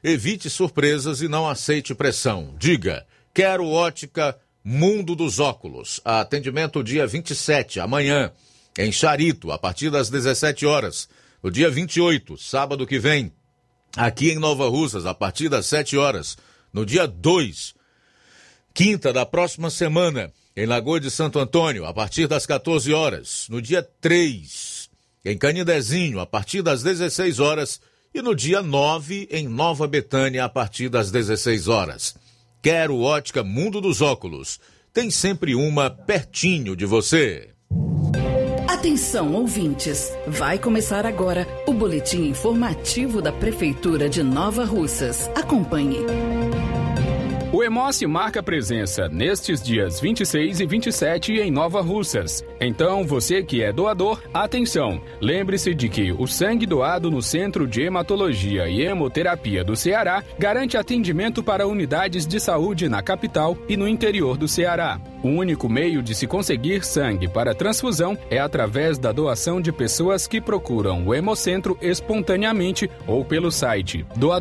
Evite surpresas e não aceite pressão. Diga, quero Ótica Mundo dos Óculos. Atendimento dia 27, amanhã, em Charito, a partir das 17 horas. No dia 28, sábado que vem, aqui em Nova Russas, a partir das 7 horas. No dia 2, quinta da próxima semana, em Lagoa de Santo Antônio, a partir das 14 horas. No dia 3, em Canidezinho, a partir das 16 horas. E no dia 9, em Nova Betânia, a partir das 16 horas. Quero Ótica Mundo dos Óculos. Tem sempre uma pertinho de você.
Atenção, ouvintes. Vai começar agora o boletim informativo da Prefeitura de Nova Russas. Acompanhe.
O Hemócio marca presença nestes dias 26 e 27 em Nova Russas. Então, você que é doador, atenção! Lembre-se de que o sangue doado no Centro de Hematologia e Hemoterapia do Ceará garante atendimento para unidades de saúde na capital e no interior do Ceará. O único meio de se conseguir sangue para transfusão é através da doação de pessoas que procuram o Hemocentro espontaneamente ou pelo site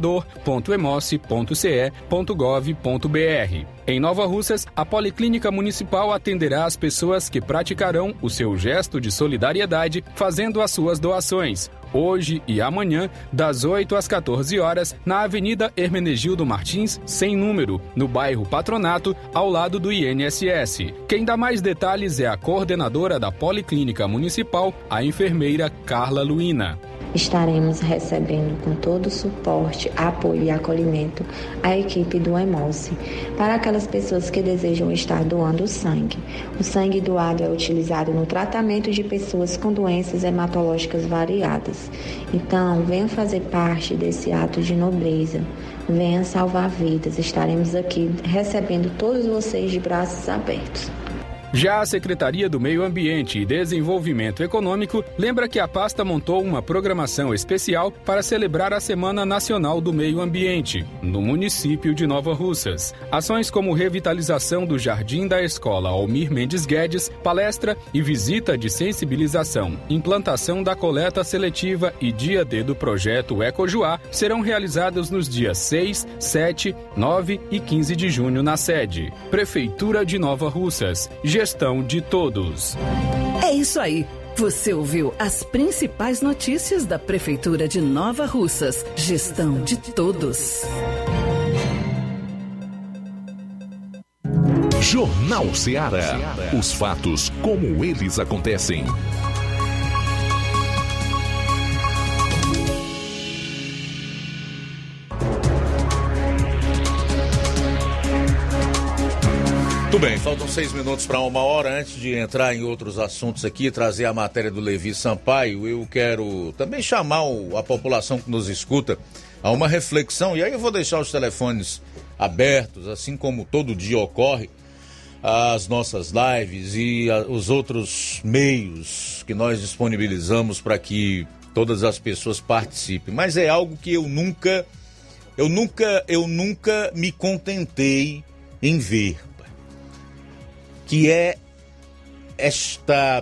doador.hemoce.ce.gov.br. Em Nova Russas, a Policlínica Municipal atenderá as pessoas que praticarão o seu gesto de solidariedade fazendo as suas doações. Hoje e amanhã, das 8 às 14 horas, na Avenida Hermenegildo Martins, sem número, no bairro Patronato, ao lado do INSS. Quem dá mais detalhes é a coordenadora da Policlínica Municipal, a enfermeira Carla Luina.
Estaremos recebendo com todo o suporte, apoio e acolhimento a equipe do Hemócio para aquelas pessoas que desejam estar doando sangue. O sangue doado é utilizado no tratamento de pessoas com doenças hematológicas variadas. Então, venha fazer parte desse ato de nobreza. Venha salvar vidas. Estaremos aqui recebendo todos vocês de braços abertos.
Já a Secretaria do Meio Ambiente e Desenvolvimento Econômico lembra que a pasta montou uma programação especial para celebrar a Semana Nacional do Meio Ambiente, no município de Nova Russas. Ações como revitalização do Jardim da Escola Almir Mendes Guedes, palestra e visita de sensibilização, implantação da coleta seletiva e dia D do projeto Ecojuá serão realizados nos dias 6, 7, 9 e 15 de junho na sede. Prefeitura de Nova Russas. Gestão de todos.
É isso aí. Você ouviu as principais notícias da Prefeitura de Nova Russas. Gestão de todos.
Jornal Ceará. Os fatos como eles acontecem.
Muito bem, faltam 6 minutos para 1h. Antes de entrar em outros assuntos aqui, trazer a matéria do Levi Sampaio, eu quero também chamar a população que nos escuta a uma reflexão, e aí eu vou deixar os telefones abertos, assim como todo dia ocorre, as nossas lives e os outros meios que nós disponibilizamos para que todas as pessoas participem. Mas é algo que eu nunca me contentei em ver, que é esta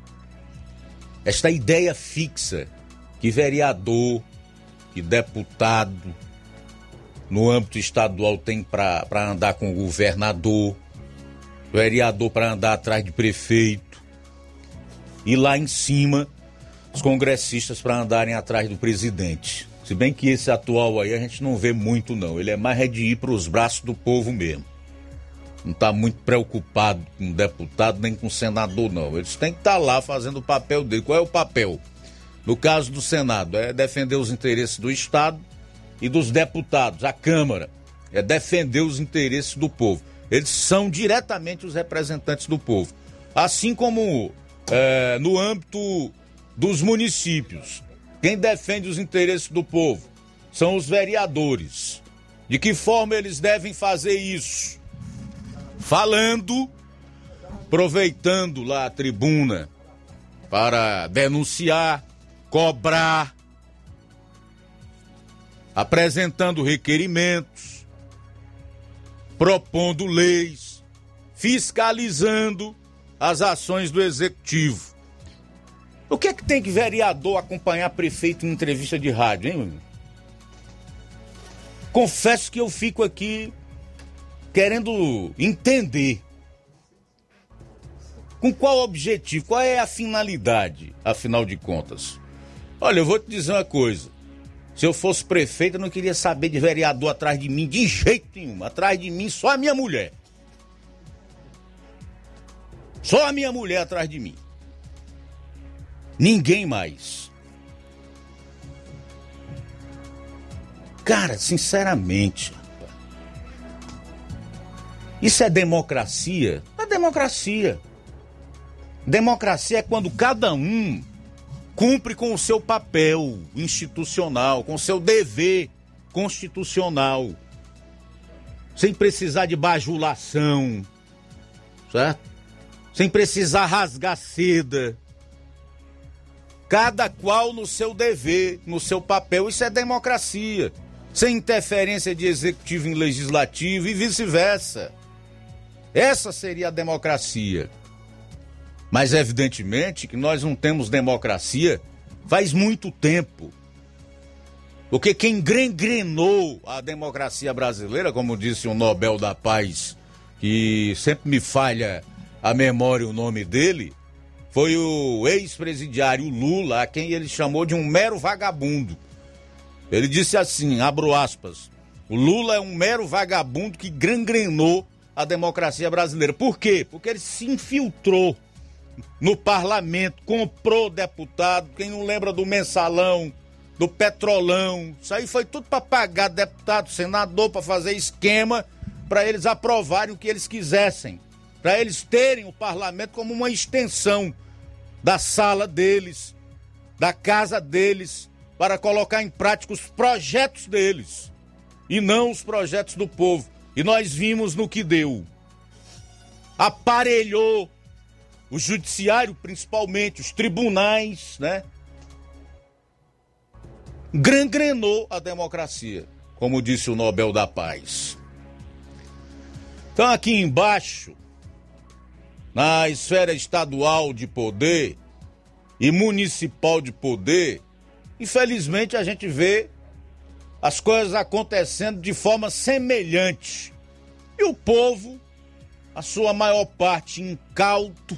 ideia fixa que vereador, que deputado no âmbito estadual tem para andar com o governador, vereador para andar atrás de prefeito, e lá em cima os congressistas para andarem atrás do presidente. Se bem que esse atual aí a gente não vê muito não, ele é mais de ir para os braços do povo mesmo. Não está muito preocupado com deputado nem com senador, não. Eles têm que estar lá fazendo o papel dele. Qual é o papel? No caso do Senado, é defender os interesses do Estado, e dos deputados, a Câmara, é defender os interesses do povo. Eles são diretamente os representantes do povo. Assim como no âmbito dos municípios, quem defende os interesses do povo são os vereadores. De que forma eles devem fazer isso? Falando, aproveitando lá a tribuna para denunciar, cobrar, apresentando requerimentos, propondo leis, fiscalizando as ações do executivo. O que é que tem que vereador acompanhar prefeito em entrevista de rádio, hein, meu irmão? Confesso que eu fico aqui querendo entender com qual objetivo, qual é a finalidade, afinal de contas. Olha, eu vou te dizer uma coisa. Se eu fosse prefeito, eu não queria saber de vereador atrás de mim, de jeito nenhum. Atrás de mim, só a minha mulher. Só a minha mulher atrás de mim. Ninguém mais. Cara, sinceramente, isso é democracia? Não é democracia. Democracia é quando cada um cumpre com o seu papel institucional, com o seu dever constitucional, sem precisar de bajulação, certo? Sem precisar rasgar seda. Cada qual no seu dever, no seu papel. Isso é democracia. Sem interferência de executivo em legislativo e vice-versa. Essa seria a democracia. Mas evidentemente que nós não temos democracia faz muito tempo. Porque quem gangrenou a democracia brasileira, como disse o Nobel da Paz, que sempre me falha a memória o nome dele, foi o ex-presidiário Lula, a quem ele chamou de um mero vagabundo. Ele disse assim, abro aspas, o Lula é um mero vagabundo que gangrenou a democracia brasileira. Por quê? Porque ele se infiltrou no parlamento, comprou deputado, quem não lembra do mensalão, do petrolão, isso aí foi tudo para pagar deputado, senador, para fazer esquema, para eles aprovarem o que eles quisessem, para eles terem o parlamento como uma extensão da sala deles, da casa deles, para colocar em prática os projetos deles, e não os projetos do povo. E nós vimos no que deu. Aparelhou o judiciário, principalmente, os tribunais, né? Gangrenou a democracia, como disse o Nobel da Paz. Então, aqui embaixo, na esfera estadual de poder e municipal de poder, infelizmente a gente vê as coisas acontecendo de forma semelhante. E o povo, a sua maior parte incauto,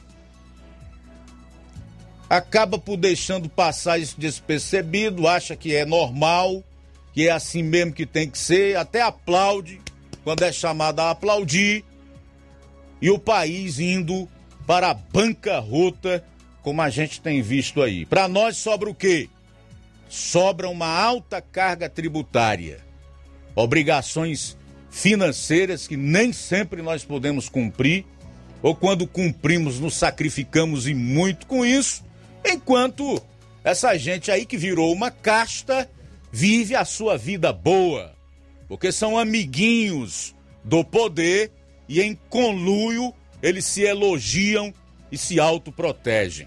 acaba por deixando passar isso despercebido, acha que é normal, que é assim mesmo que tem que ser, até aplaude quando é chamado a aplaudir, e o país indo para a bancarrota, como a gente tem visto aí. Para nós sobra o quê? Sobra uma alta carga tributária, obrigações financeiras que nem sempre nós podemos cumprir, ou quando cumprimos nos sacrificamos e muito com isso, enquanto essa gente aí que virou uma casta vive a sua vida boa, porque são amiguinhos do poder e em conluio eles se elogiam e se autoprotegem.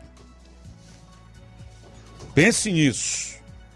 Pense nisso.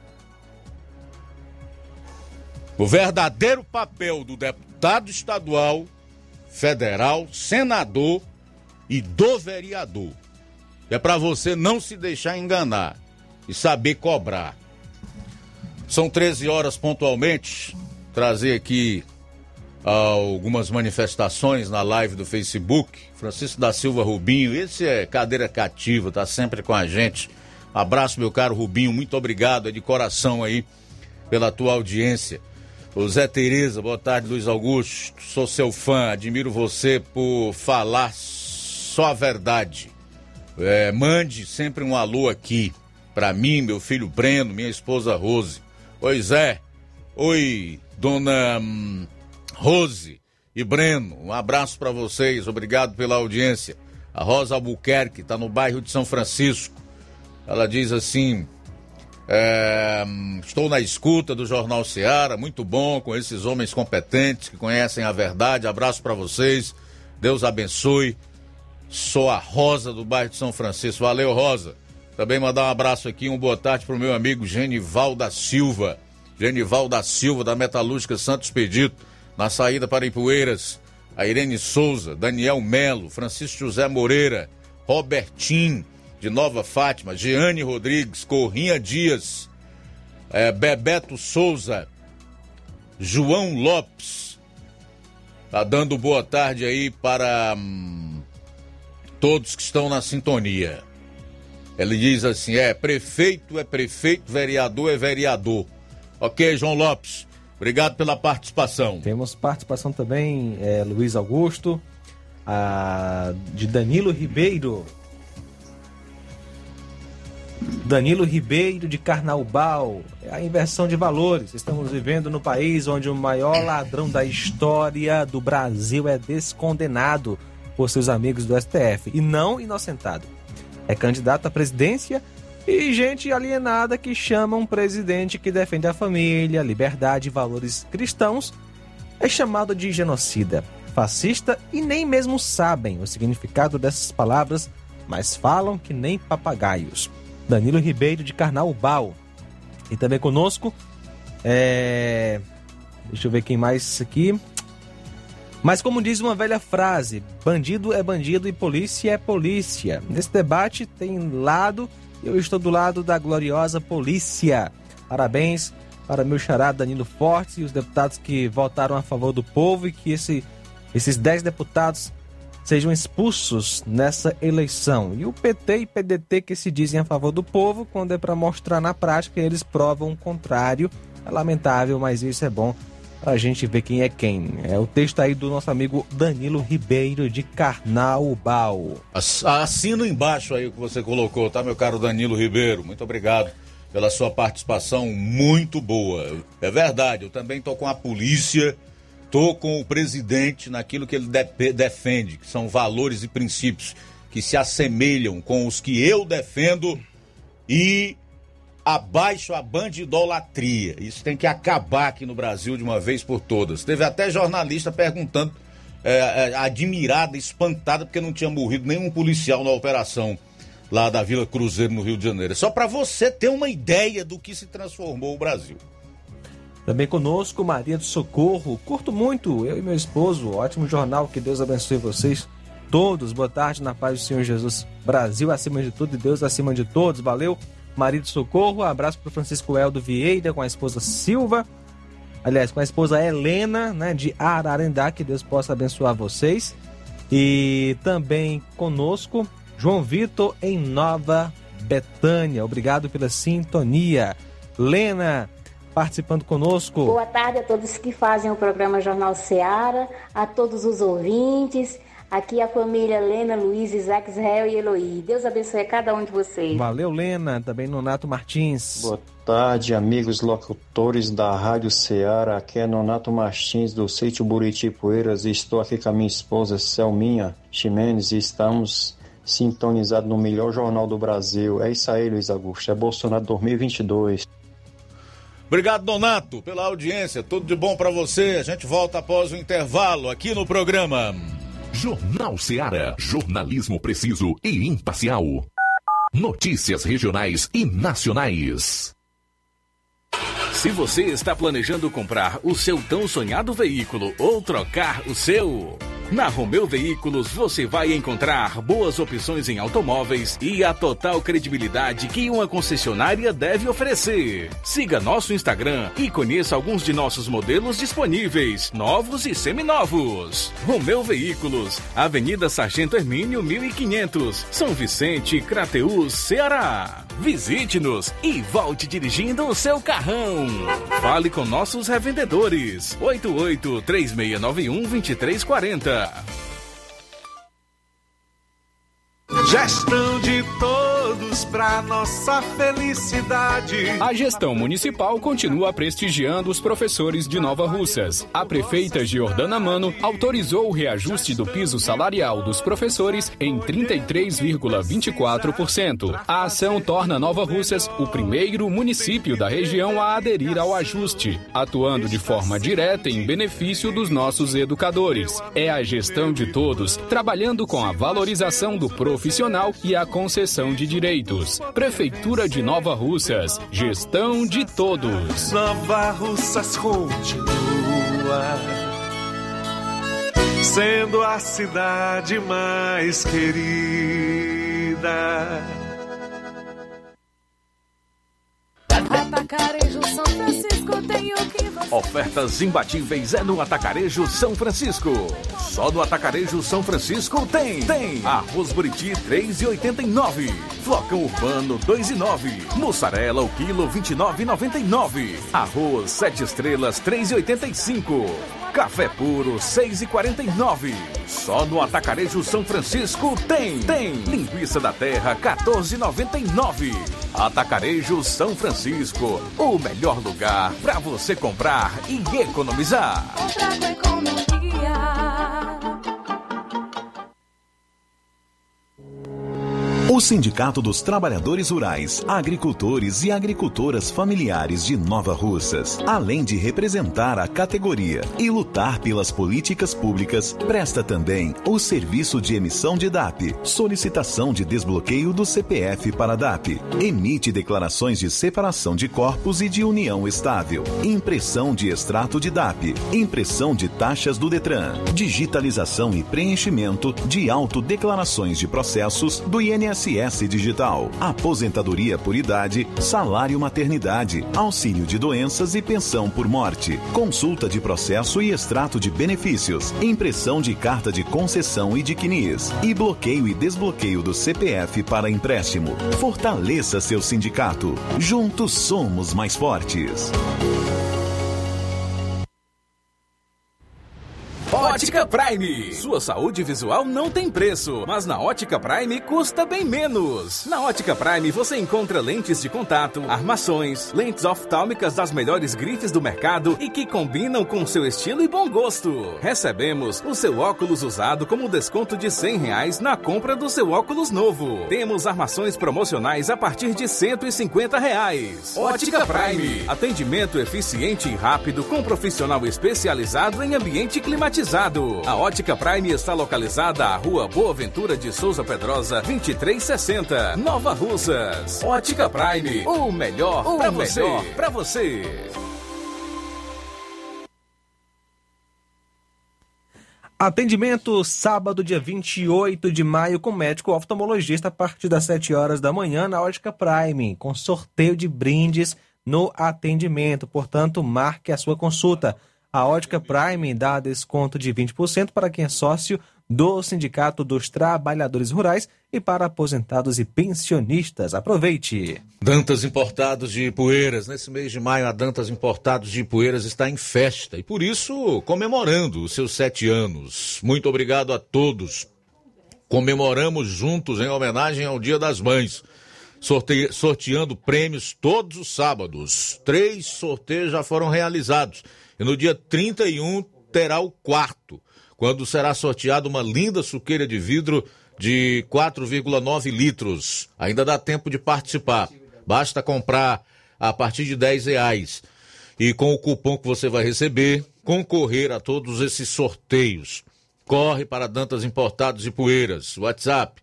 O verdadeiro papel do deputado estadual, federal, senador e do vereador é para você não se deixar enganar e saber cobrar. São 13 horas pontualmente. Trazer aqui algumas manifestações na live do Facebook. Francisco da Silva Rubinho, esse é cadeira cativa, tá sempre com a gente. Abraço, meu caro Rubinho, muito obrigado, é de coração aí pela tua audiência. O Zé Tereza, boa tarde, Luiz Augusto, sou seu fã, admiro você por falar só a verdade. Mande sempre um alô aqui pra mim, meu filho Breno, minha esposa Rose. Oi, Zé. Oi, dona Rose e Breno, um abraço pra vocês, obrigado pela audiência. A Rosa Albuquerque tá no bairro de São Francisco. Ela diz assim... estou na escuta do Jornal Seara, muito bom com esses homens competentes que conhecem a verdade. Abraço para vocês, Deus abençoe. Sou a Rosa do bairro de São Francisco. Valeu, Rosa. Também mandar um abraço aqui, um boa tarde pro meu amigo Genival da Silva. Genival da Silva, da Metalúrgica Santos Expedito, na saída para Ipueiras. A Irene Souza, Daniel Melo, Francisco José Moreira, Robertinho de Nova Fátima, Jeane Rodrigues, Corrinha Dias, Bebeto Souza, João Lopes. Tá dando boa tarde aí para todos que estão na sintonia. Ele diz assim, prefeito, vereador é vereador. Ok, João Lopes, obrigado pela participação.
Temos participação também, Luiz Augusto, de Danilo Ribeiro. Danilo Ribeiro de Carnaubal. É a inversão de valores. Estamos vivendo no país onde o maior ladrão da história do Brasil é descondenado por seus amigos do STF e não inocentado. É candidato à presidência e gente alienada que chama um presidente que defende a família, liberdade e valores cristãos é chamado de genocida, fascista e nem mesmo sabem o significado dessas palavras, mas falam que nem papagaios. Danilo Ribeiro de Carnaubal. E também conosco, deixa eu ver quem mais aqui. Mas como diz uma velha frase, bandido é bandido e polícia é polícia. Nesse debate tem lado, eu estou do lado da gloriosa polícia. Parabéns para meu xará Danilo Fortes e os deputados que votaram a favor do povo e que esses 10 deputados sejam expulsos nessa eleição. E o PT e PDT que se dizem a favor do povo, quando é para mostrar na prática, eles provam o contrário. É lamentável, mas isso é bom pra gente ver quem é quem. É o texto aí do nosso amigo Danilo Ribeiro de Carnaubal.
Assino embaixo aí o que você colocou, tá, meu caro Danilo Ribeiro? Muito obrigado pela sua participação muito boa. É verdade, eu também tô com a polícia, tô com o presidente naquilo que ele defende, que são valores e princípios que se assemelham com os que eu defendo e abaixo a bandidolatria. Isso tem que acabar aqui no Brasil de uma vez por todas. Teve até jornalista perguntando, admirada, espantada, porque não tinha morrido nenhum policial na operação lá da Vila Cruzeiro, no Rio de Janeiro. Só para você ter uma ideia do que se transformou o Brasil.
Também conosco, Maria do Socorro. Curto muito, eu e meu esposo. Ótimo jornal, que Deus abençoe vocês todos. Boa tarde, na paz do Senhor Jesus. Brasil acima de tudo e Deus acima de todos. Valeu, Maria do Socorro. Abraço para o Francisco Eldo Vieira com a esposa Silva. Aliás, com a esposa Helena, né, de Ararendá. Que Deus possa abençoar vocês. E também conosco, João Vitor em Nova Betânia. Obrigado pela sintonia. Lena participando conosco.
Boa tarde a todos que fazem o programa Jornal Seara, a todos os ouvintes. Aqui a família Lena, Luiz, Isaac, Israel e Eloí. Deus abençoe a cada um de vocês.
Valeu, Lena. Também Nonato Martins.
Boa tarde, amigos locutores da Rádio Seara. Aqui é Nonato Martins, do sítio Buriti Poeiras. E estou aqui com a minha esposa, Selminha Ximenes, e estamos sintonizados no melhor jornal do Brasil. É isso aí, Luiz Augusto. É Bolsonaro 2022.
Obrigado, Donato, pela audiência. Tudo de bom para você. A gente volta após o intervalo aqui no programa
Jornal Seara. Jornalismo preciso e imparcial. Notícias regionais e nacionais.
Se você está planejando comprar o seu tão sonhado veículo ou trocar o seu, na Romeu Veículos você vai encontrar boas opções em automóveis e a total credibilidade que uma concessionária deve oferecer. Siga nosso Instagram e conheça alguns de nossos modelos disponíveis, novos e seminovos. Romeu Veículos, Avenida Sargento Hermínio 1500, São Vicente, Crateús, Ceará. Visite-nos e volte dirigindo o seu carrão. Fale com nossos revendedores. 88-3691-2340.
Gestão de todos para nossa felicidade.
A gestão municipal continua prestigiando os professores de Nova Russas. A prefeita Giordana Mano autorizou o reajuste do piso salarial dos professores em 33,24%. A ação torna Nova Russas o primeiro município da região a aderir ao ajuste, atuando de forma direta em benefício dos nossos educadores. É a gestão de todos, trabalhando com a valorização do profissional e a concessão de direitos. Prefeitura de Nova Russas, gestão de todos.
Nova Russas continua sendo a cidade mais querida.
Atacarejo São Francisco tem o que você
Ofertas imbatíveis é no Atacarejo São Francisco. Só no Atacarejo São Francisco tem arroz Buriti 3,89, flocão urbano 2,9, mussarela o quilo 29,99, arroz 7 estrelas 3,85, café puro 6,49. Só no Atacarejo São Francisco tem linguiça da terra 14,99. Atacarejo São Francisco, o melhor lugar para você comprar e economizar.
Comprar com economia.
O Sindicato dos Trabalhadores Rurais, Agricultores e Agricultoras Familiares de Nova Russas, além de representar a categoria e lutar pelas políticas públicas, presta também o serviço de emissão de DAP, solicitação de desbloqueio do CPF para DAP, emite declarações de separação de corpos e de união estável, impressão de extrato de DAP, impressão de taxas do Detran, digitalização e preenchimento de autodeclarações de processos do INSS Digital, aposentadoria por idade, salário maternidade, auxílio de doenças e pensão por morte, consulta de processo e extrato de benefícios, impressão de carta de concessão e de CNIS, e bloqueio e desbloqueio do CPF para empréstimo. Fortaleça seu sindicato. Juntos somos mais fortes.
Ótica Prime. Sua saúde visual não tem preço, mas na Ótica Prime custa bem menos. Na Ótica Prime você encontra lentes de contato, armações, lentes oftálmicas das melhores grifes do mercado e que combinam com seu estilo e bom gosto. Recebemos o seu óculos usado como desconto de R$100 na compra do seu óculos novo. Temos armações promocionais a partir de R$150. Ótica Prime. Atendimento eficiente e rápido com profissional especializado em ambiente climatizado. A Ótica Prime está localizada à Rua Boa Ventura de Souza Pedrosa, 2360, Nova Russas. Ótica Prime, o melhor para você.
Atendimento sábado, dia 28 de maio, com médico oftalmologista a partir das 7 horas da manhã na Ótica Prime, com sorteio de brindes no atendimento. Portanto, marque a sua consulta. A Ótica Prime dá desconto de 20% para quem é sócio do Sindicato dos Trabalhadores Rurais e para aposentados e pensionistas. Aproveite!
Dantas Importados de Ipueiras. Nesse mês de maio, a Dantas Importados de Ipueiras está em festa e, por isso, comemorando os seus 7 anos. Muito obrigado a todos. Comemoramos juntos em homenagem ao Dia das Mães, sorteando prêmios todos os sábados. 3 sorteios já foram realizados. E no dia 31 terá o 4º, quando será sorteada uma linda suqueira de vidro de 4,9 litros. Ainda dá tempo de participar. Basta comprar a partir de R$10. E com o cupom que você vai receber, concorrer a todos esses sorteios. Corre para Dantas Importados e Ipueiras. WhatsApp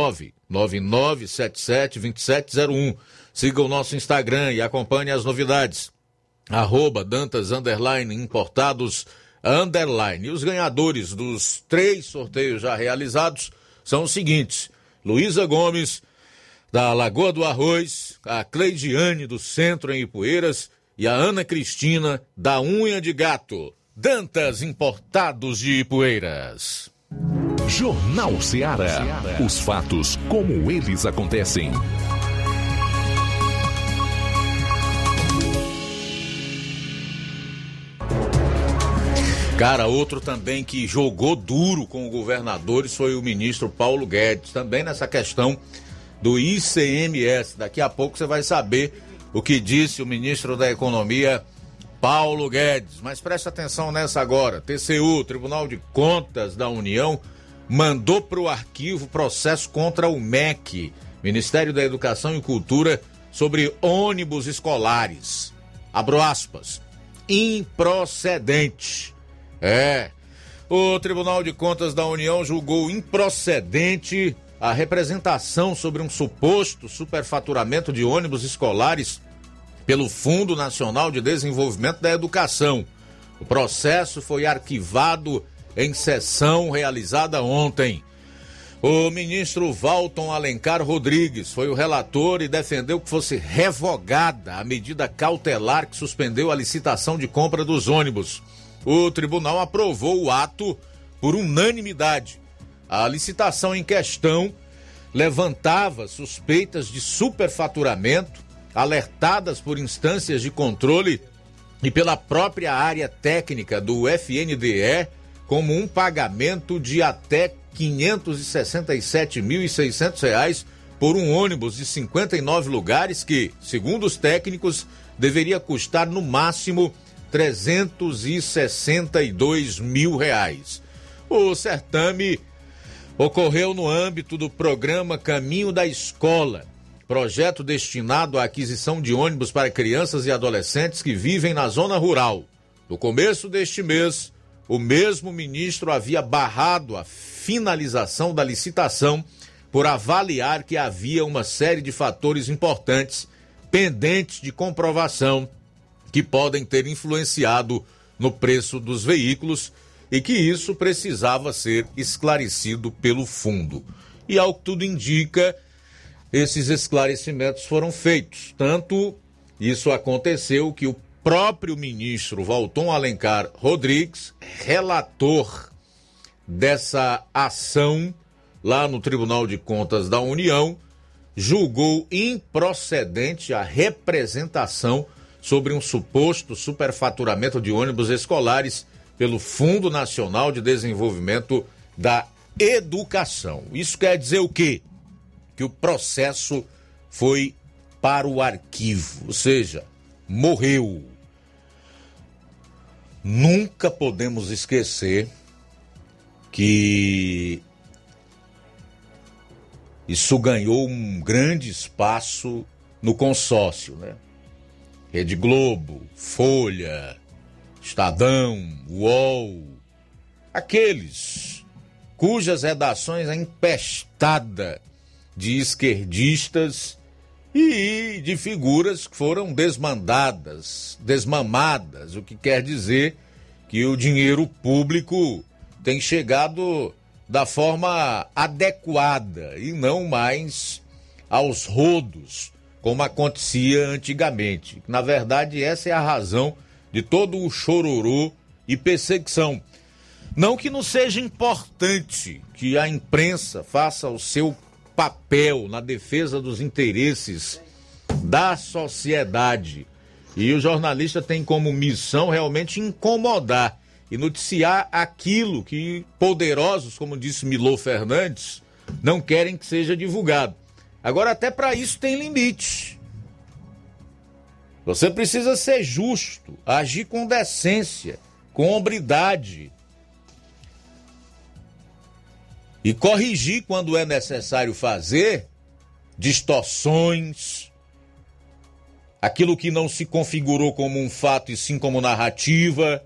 999772701. Siga o nosso Instagram e acompanhe as novidades. @Dantas _Importados _. E os ganhadores dos 3 sorteios já realizados são os seguintes: Luísa Gomes, da Lagoa do Arroz, a Cleidiane do Centro em Ipueiras e a Ana Cristina da Unha de Gato. Dantas Importados de Ipueiras.
Jornal Ceará. Os fatos como eles acontecem.
Cara, outro também que jogou duro com o governadores foi o ministro Paulo Guedes, também nessa questão do ICMS. Daqui a pouco você vai saber o que disse o ministro da Economia, Paulo Guedes. Mas preste atenção nessa agora. TCU, Tribunal de Contas da União, mandou para o arquivo processo contra o MEC, Ministério da Educação e Cultura, sobre ônibus escolares. Abro aspas. Improcedente. O Tribunal de Contas da União julgou improcedente a representação sobre um suposto superfaturamento de ônibus escolares pelo Fundo Nacional de Desenvolvimento da Educação. O processo foi arquivado em sessão realizada ontem. O ministro Valton Alencar Rodrigues foi o relator e defendeu que fosse revogada a medida cautelar que suspendeu a licitação de compra dos ônibus. O tribunal aprovou o ato por unanimidade. A licitação em questão levantava suspeitas de superfaturamento, alertadas por instâncias de controle e pela própria área técnica do FNDE, como um pagamento de até R$ 567.600 por um ônibus de 59 lugares que, segundo os técnicos, deveria custar no máximo R$ 362 mil. O certame ocorreu no âmbito do programa Caminho da Escola, projeto destinado à aquisição de ônibus para crianças e adolescentes que vivem na zona rural. No começo deste mês, o mesmo ministro havia barrado a finalização da licitação por avaliar que havia uma série de fatores importantes pendentes de comprovação que podem ter influenciado no preço dos veículos e que isso precisava ser esclarecido pelo fundo. E ao que tudo indica, esses esclarecimentos foram feitos. Tanto isso aconteceu que o próprio ministro Valton Alencar Rodrigues, relator dessa ação lá no Tribunal de Contas da União, julgou improcedente a representação sobre um suposto superfaturamento de ônibus escolares pelo Fundo Nacional de Desenvolvimento da Educação. Isso quer dizer o quê? Que o processo foi para o arquivo, ou seja, morreu. Nunca podemos esquecer que isso ganhou um grande espaço no consórcio, né? Rede Globo, Folha, Estadão, UOL, aqueles cujas redações é empestada de esquerdistas e de figuras que foram desmamadas, o que quer dizer que o dinheiro público tem chegado da forma adequada e não mais aos rodos, como acontecia antigamente. Na verdade, essa é a razão de todo o chororô e perseguição. Não que não seja importante que a imprensa faça o seu papel na defesa dos interesses da sociedade. E o jornalista tem como missão realmente incomodar e noticiar aquilo que poderosos, como disse Milô Fernandes, não querem que seja divulgado. Agora, até para isso tem limite. Você precisa ser justo, agir com decência, com hombridade e corrigir quando é necessário fazer distorções, aquilo que não se configurou como um fato e sim como narrativa,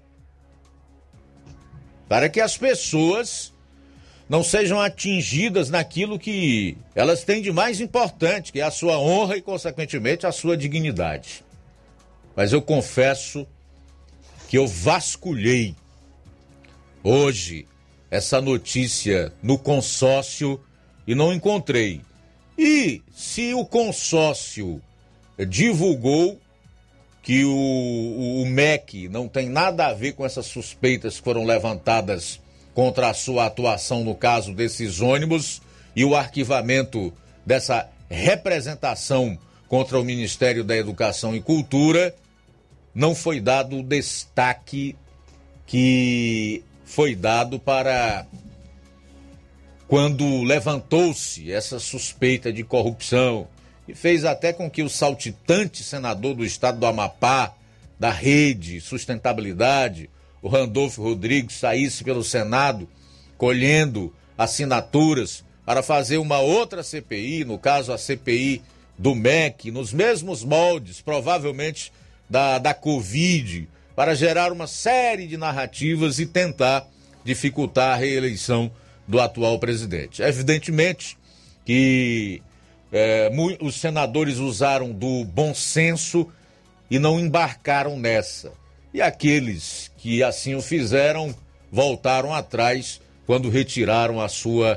para que as pessoas não sejam atingidas naquilo que elas têm de mais importante, que é a sua honra e, consequentemente, a sua dignidade. Mas eu confesso que eu vasculhei hoje essa notícia no consórcio e não encontrei. E se o consórcio divulgou que o MEC não tem nada a ver com essas suspeitas que foram levantadas contra a sua atuação no caso desses ônibus e o arquivamento dessa representação contra o Ministério da Educação e Cultura, não foi dado o destaque que foi dado para quando levantou-se essa suspeita de corrupção e fez até com que o saltitante senador do estado do Amapá, da Rede Sustentabilidade, o Randolfo Rodrigues, saísse pelo Senado colhendo assinaturas para fazer uma outra CPI, no caso a CPI do MEC, nos mesmos moldes, provavelmente da Covid, para gerar uma série de narrativas e tentar dificultar a reeleição do atual presidente. Evidentemente que os senadores usaram do bom senso e não embarcaram nessa. E aqueles que assim o fizeram voltaram atrás quando retiraram a sua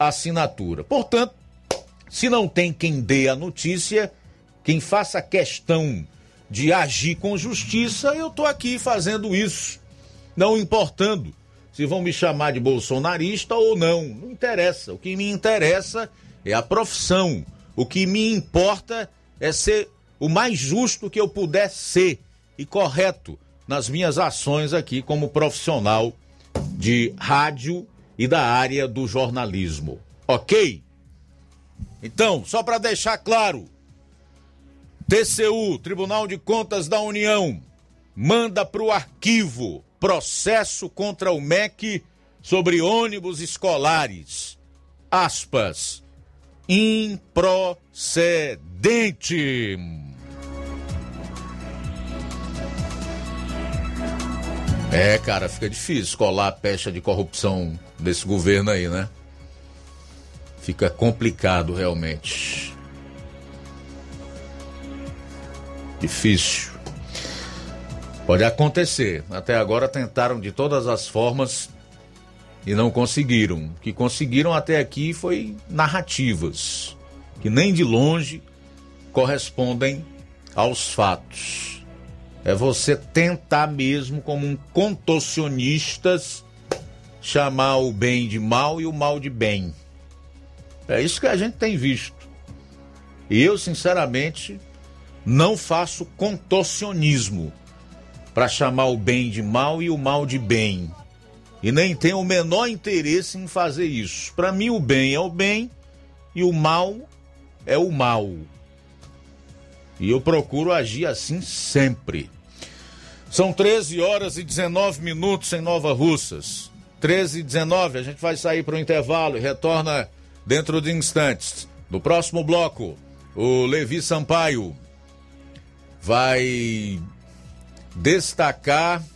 assinatura. Portanto, se não tem quem dê a notícia, quem faça questão de agir com justiça, eu estou aqui fazendo isso, não importando se vão me chamar de bolsonarista ou não, não interessa. O que me interessa é a profissão, o que me importa é ser o mais justo que eu puder ser e correto nas minhas ações aqui como profissional de rádio e da área do jornalismo, ok? Então, só para deixar claro, TCU, Tribunal de Contas da União, manda para o arquivo processo contra o MEC sobre ônibus escolares. Aspas. Improcedente. Cara, fica difícil colar a pecha de corrupção desse governo aí, né? Fica complicado realmente. Difícil. Pode acontecer. Até agora tentaram de todas as formas e não conseguiram. O que conseguiram até aqui foi narrativas, que nem de longe correspondem aos fatos. É você tentar mesmo, como um contorcionista, chamar o bem de mal e o mal de bem. É isso que a gente tem visto. E eu, sinceramente, não faço contorcionismo para chamar o bem de mal e o mal de bem. E nem tenho o menor interesse em fazer isso. Para mim, o bem é o bem e o mal é o mal. E eu procuro agir assim sempre. São 13 horas e 19 minutos em Nova Russas. 13 e 19, a gente vai sair para o intervalo e retorna dentro de instantes. No próximo bloco, o Levi Sampaio vai destacar.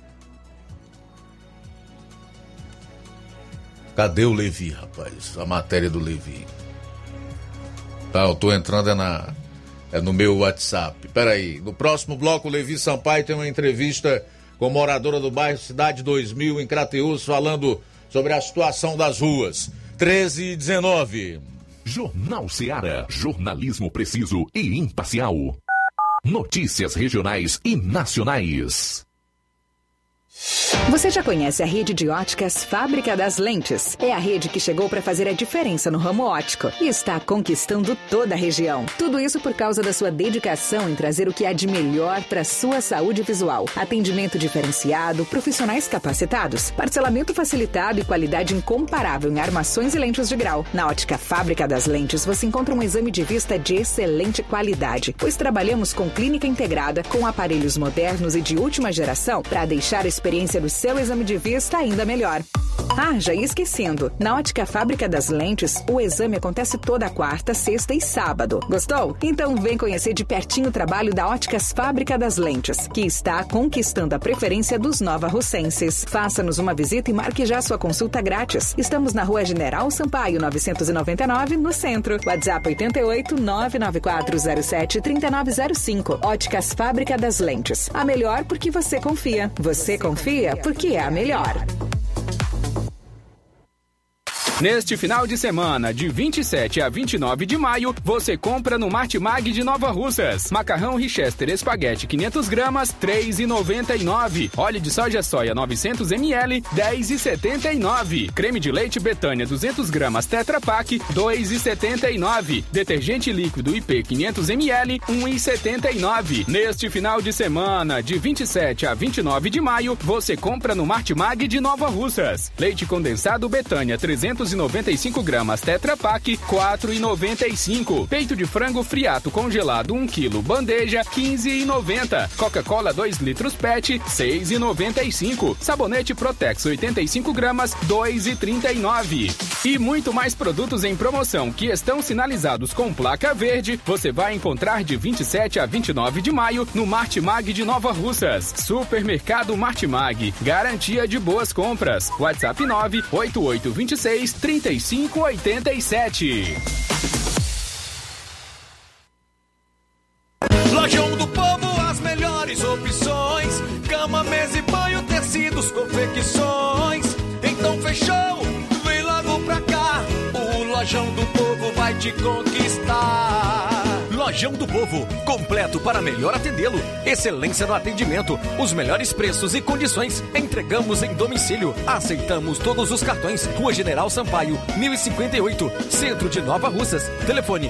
Cadê o Levi, rapaz? A matéria do Levi. Tá, eu tô entrando no meu WhatsApp. Peraí, no próximo bloco o Levi Sampaio tem uma entrevista com moradora do bairro Cidade 2000 em Crateús, falando sobre a situação das ruas. 13 e 19.
Jornal Ceará, jornalismo preciso e imparcial. Notícias regionais e nacionais.
Você já conhece a rede de óticas Fábrica das Lentes? É a rede que chegou para fazer a diferença no ramo óptico e está conquistando toda a região. Tudo isso por causa da sua dedicação em trazer o que há de melhor para sua saúde visual. Atendimento diferenciado, profissionais capacitados, parcelamento facilitado e qualidade incomparável em armações e lentes de grau. Na ótica Fábrica das Lentes você encontra um exame de vista de excelente qualidade, pois trabalhamos com clínica integrada, com aparelhos modernos e de última geração para deixar a experiência do seu exame de vista ainda melhor. Ah, já ia esquecendo. Na ótica Fábrica das Lentes, o exame acontece toda quarta, sexta e sábado. Gostou? Então vem conhecer de pertinho o trabalho da Óticas Fábrica das Lentes, que está conquistando a preferência dos nova-russenses. Faça-nos uma visita e marque já sua consulta grátis. Estamos na Rua General Sampaio, 999, no centro. WhatsApp 88 99407 3905. Óticas Fábrica das Lentes. A melhor porque você confia. Você confia porque é a melhor.
Neste final de semana, de 27 a 29 de maio, você compra no Martimag de Nova Russas. Macarrão Richester Espaguete 500 gramas, R$ 3,99. Óleo de soja 900 ml, R$ 10,79. Creme de leite Betânia 200 gramas Tetra Pak, R$ 2,79. Detergente líquido IP 500 ml, R$ 1,79. Neste final de semana, de 27 a 29 de maio, você compra no Martimag de Nova Russas. Leite condensado Betânia 395 gramas Tetra Pak, R$ 4,95. Peito de frango friato congelado 1 kg, bandeja, R$ 15,90. Coca-Cola 2 litros PET, R$ 6,95. Sabonete Protex 85 gramas, R$ 2,39. E muito mais produtos em promoção que estão sinalizados com placa verde, você vai encontrar de 27 a 29 de maio no Martimag de Nova Russas. Supermercado Martimag, garantia de boas compras. WhatsApp 98826-3587.
Lojão do Povo, as melhores opções: cama, mesa e banho, tecidos, confecções. Então fechou, vem logo pra cá. Lojão do Povo vai te conquistar.
Lojão do Povo, completo para melhor atendê-lo. Excelência no atendimento, os melhores preços e condições. Entregamos em domicílio. Aceitamos todos os cartões. Rua General Sampaio, 1058, Centro de Nova Russas. Telefone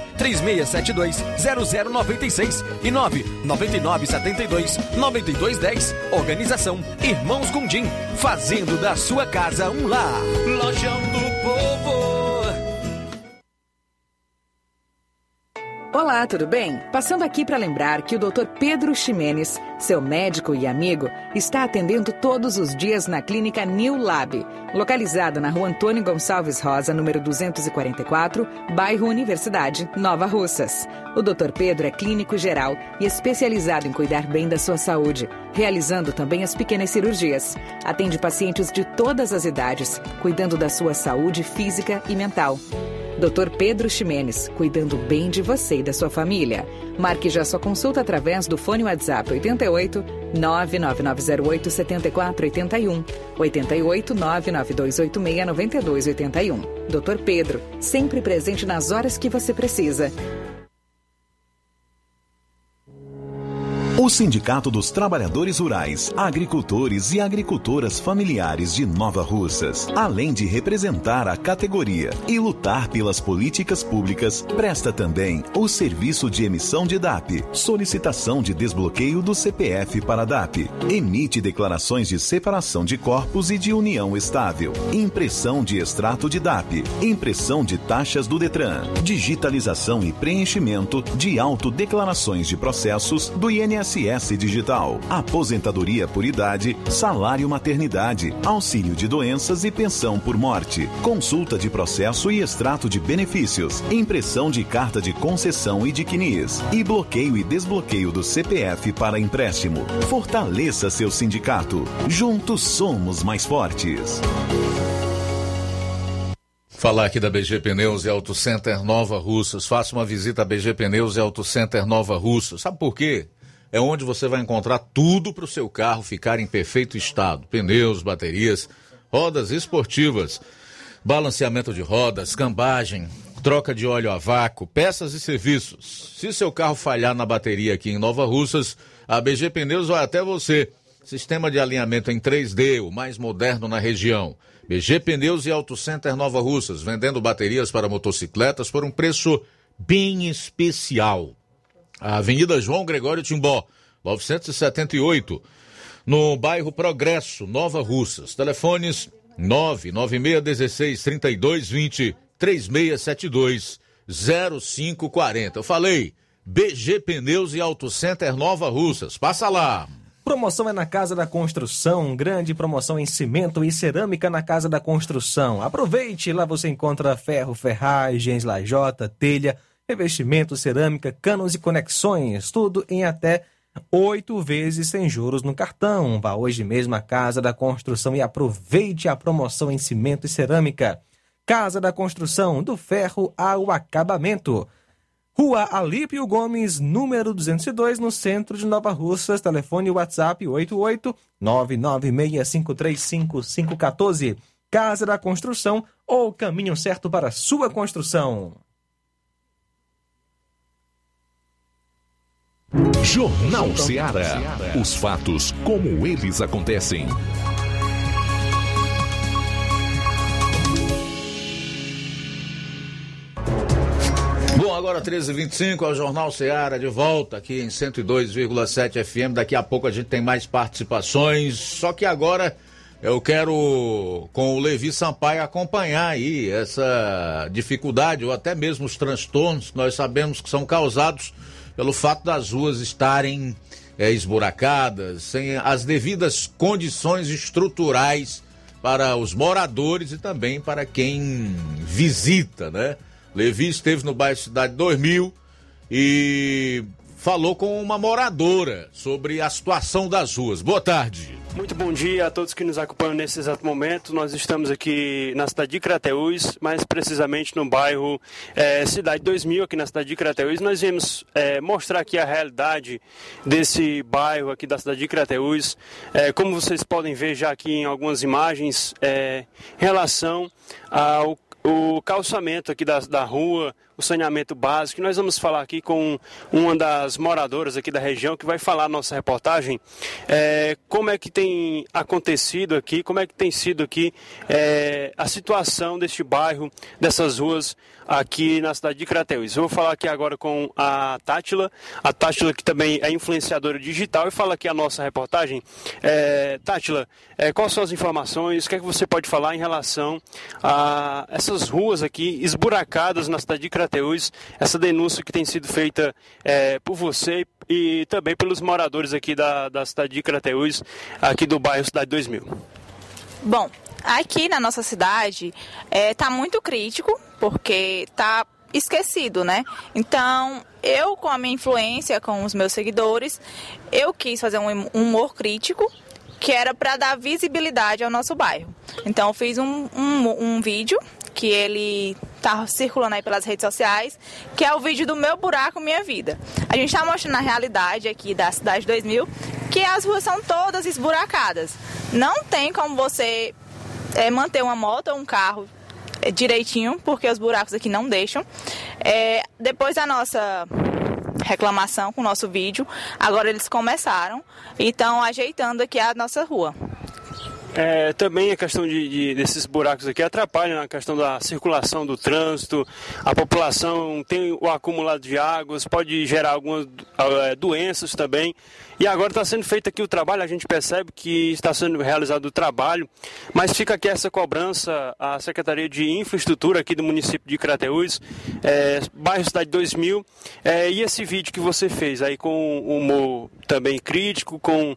3672-0096 e 99972-9210. Organização Irmãos Gondim, fazendo da sua casa um lar.
Lojão do Povo.
Olá, tudo bem? Passando aqui para lembrar que o Dr. Pedro Ximenes, seu médico e amigo, está atendendo todos os dias na clínica New Lab, localizada na Rua Antônio Gonçalves Rosa, número 244, bairro Universidade, Nova Russas. O Dr. Pedro é clínico geral e especializado em cuidar bem da sua saúde, realizando também as pequenas cirurgias. Atende pacientes de todas as idades, cuidando da sua saúde física e mental. Dr. Pedro Ximenes, cuidando bem de você e da sua família. Marque já sua consulta através do fone WhatsApp 88 99908 7481, 88 99286 9281. Dr. Pedro, sempre presente nas horas que você precisa.
O Sindicato dos Trabalhadores Rurais, Agricultores e Agricultoras Familiares de Nova Russas, além de representar a categoria e lutar pelas políticas públicas, presta também o serviço de emissão de DAP, solicitação de desbloqueio do CPF para DAP, emite declarações de separação de corpos e de união estável, impressão de extrato de DAP, impressão de taxas do Detran, digitalização e preenchimento de autodeclarações de processos do INSS Digital, aposentadoria por idade, salário maternidade, auxílio de doenças e pensão por morte, consulta de processo e extrato de benefícios, impressão de carta de concessão e de CNIS, e bloqueio e desbloqueio do CPF para empréstimo. Fortaleça seu sindicato. Juntos somos mais fortes.
Falar aqui da BG Pneus e Auto Center Nova Russas. Faça uma visita à BG Pneus e Auto Center Nova Russas. Sabe por quê? É onde você vai encontrar tudo para o seu carro ficar em perfeito estado. Pneus, baterias, rodas esportivas, balanceamento de rodas, cambagem, troca de óleo a vácuo, peças e serviços. Se seu carro falhar na bateria aqui em Nova Russas, a BG Pneus vai até você. Sistema de alinhamento em 3D, o mais moderno na região. BG Pneus e Auto Center Nova Russas, vendendo baterias para motocicletas por um preço bem especial. A Avenida João Gregório Timbó, 978, no bairro Progresso, Nova Russas. Telefones 99616-3220, 3672-0540. Eu falei, BG Pneus e Auto Center Nova Russas. Passa lá.
Promoção é na Casa da Construção, grande promoção em cimento e cerâmica na Casa da Construção. Aproveite, lá você encontra ferro, ferragens, lajota, telha, revestimento, cerâmica, canos e conexões, tudo em até 8 vezes sem juros no cartão. Vá hoje mesmo à Casa da Construção e aproveite a promoção em cimento e cerâmica. Casa da Construção, do ferro ao acabamento. Rua Alípio Gomes, número 202, no centro de Nova Russas. Telefone WhatsApp 88-996535514. Casa da Construção, ou caminho certo para sua construção.
Jornal Ceará. Os fatos como eles acontecem.
Bom, agora 13h25, é o Jornal Ceará de volta aqui em 102,7 FM. Daqui a pouco a gente tem mais participações, só que agora eu quero, com o Levi Sampaio, acompanhar aí essa dificuldade ou até mesmo os transtornos que nós sabemos que são causados pelo fato das ruas estarem esburacadas, sem as devidas condições estruturais para os moradores e também para quem visita, né? Levi esteve no bairro Cidade 2000 e falou com uma moradora sobre a situação das ruas. Boa tarde.
Muito bom dia a todos que nos acompanham nesse exato momento. Nós estamos aqui na cidade de Crateús, mais precisamente no bairro Cidade 2000, aqui na cidade de Crateús. Nós viemos mostrar aqui a realidade desse bairro aqui da cidade de Crateús. Como vocês podem ver já aqui em algumas imagens, em relação o calçamento aqui da rua, o saneamento básico. Nós vamos falar aqui com uma das moradoras aqui da região que vai falar a nossa reportagem, como é que tem acontecido aqui, como é que tem sido aqui a situação deste bairro, dessas ruas aqui na cidade de Crateús. Eu vou falar aqui agora com a Tátila que também é influenciadora digital, e fala aqui a nossa reportagem. Tátila, quais são as informações, o que é que você pode falar em relação a essas ruas aqui esburacadas na cidade de Crateús, essa denúncia que tem sido feita por você e também pelos moradores aqui da cidade de Crateús, aqui do bairro Cidade 2000?
Bom, aqui na nossa cidade está muito crítico, porque está esquecido, né? Então, eu, com a minha influência, com os meus seguidores, eu quis fazer um humor crítico, que era para dar visibilidade ao nosso bairro. Então, eu fiz um vídeo, que ele está circulando aí pelas redes sociais, que é o vídeo do Meu Buraco, Minha Vida. A gente está mostrando a realidade aqui da Cidade 2000, que as ruas são todas esburacadas. Não tem como você manter uma moto ou um carro direitinho, porque os buracos aqui não deixam. Depois da nossa reclamação com o nosso vídeo, agora eles começaram e estão ajeitando aqui a nossa rua.
Também a questão desses buracos aqui atrapalha na questão da circulação do trânsito, a população tem o acumulado de águas, pode gerar algumas doenças também. E agora está sendo feito aqui o trabalho, a gente percebe que está sendo realizado o trabalho, mas fica aqui essa cobrança à Secretaria de Infraestrutura aqui do município de Crateús, bairro Cidade 2000, e esse vídeo que você fez aí com humor também crítico, com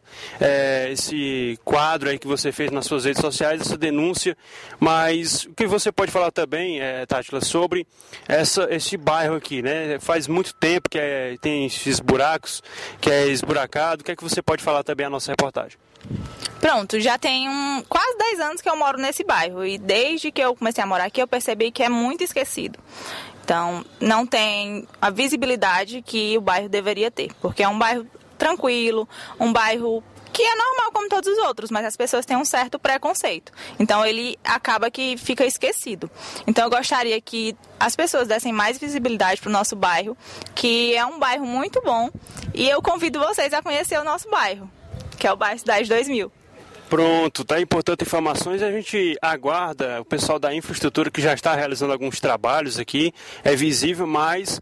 esse quadro aí que você fez nas suas redes sociais, essa denúncia, mas o que você pode falar também, Tátila, sobre esse bairro aqui, né? Faz muito tempo que tem esses buracos, que é esburacado. O que é que você pode falar também à nossa reportagem?
Pronto, já tem quase 10 anos que eu moro nesse bairro, e desde que eu comecei a morar aqui eu percebi que é muito esquecido. Então, não tem a visibilidade que o bairro deveria ter, porque é um bairro tranquilo, um bairro que é normal como todos os outros, mas as pessoas têm um certo preconceito. Então, ele acaba que fica esquecido. Então, eu gostaria que as pessoas dessem mais visibilidade para o nosso bairro, que é um bairro muito bom, e eu convido vocês a conhecer o nosso bairro, que é o bairro Cidade 2000.
Pronto, tá aí, portanto, informações. A gente aguarda o pessoal da infraestrutura que já está realizando alguns trabalhos aqui, é visível, mas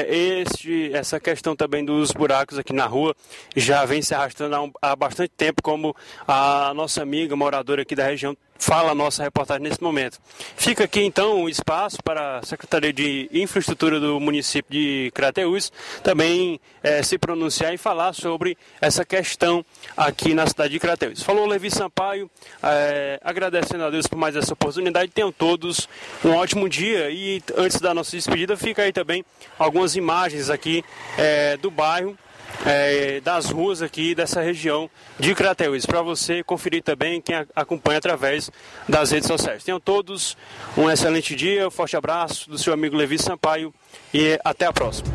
essa questão também dos buracos aqui na rua já vem se arrastando há bastante tempo, como a nossa amiga moradora aqui da região fala a nossa reportagem nesse momento. Fica aqui então um espaço para a Secretaria de Infraestrutura do município de Crateús também se pronunciar e falar sobre essa questão aqui na cidade de Crateús. Falou Levi Sampaio, agradecendo a Deus por mais essa oportunidade. Tenham todos um ótimo dia, e antes da nossa despedida fica aí também algumas imagens aqui do bairro, das ruas aqui dessa região de Crateús, para você conferir também, quem acompanha através das redes sociais. Tenham todos um excelente dia, um forte abraço do seu amigo Levi Sampaio e até a próxima.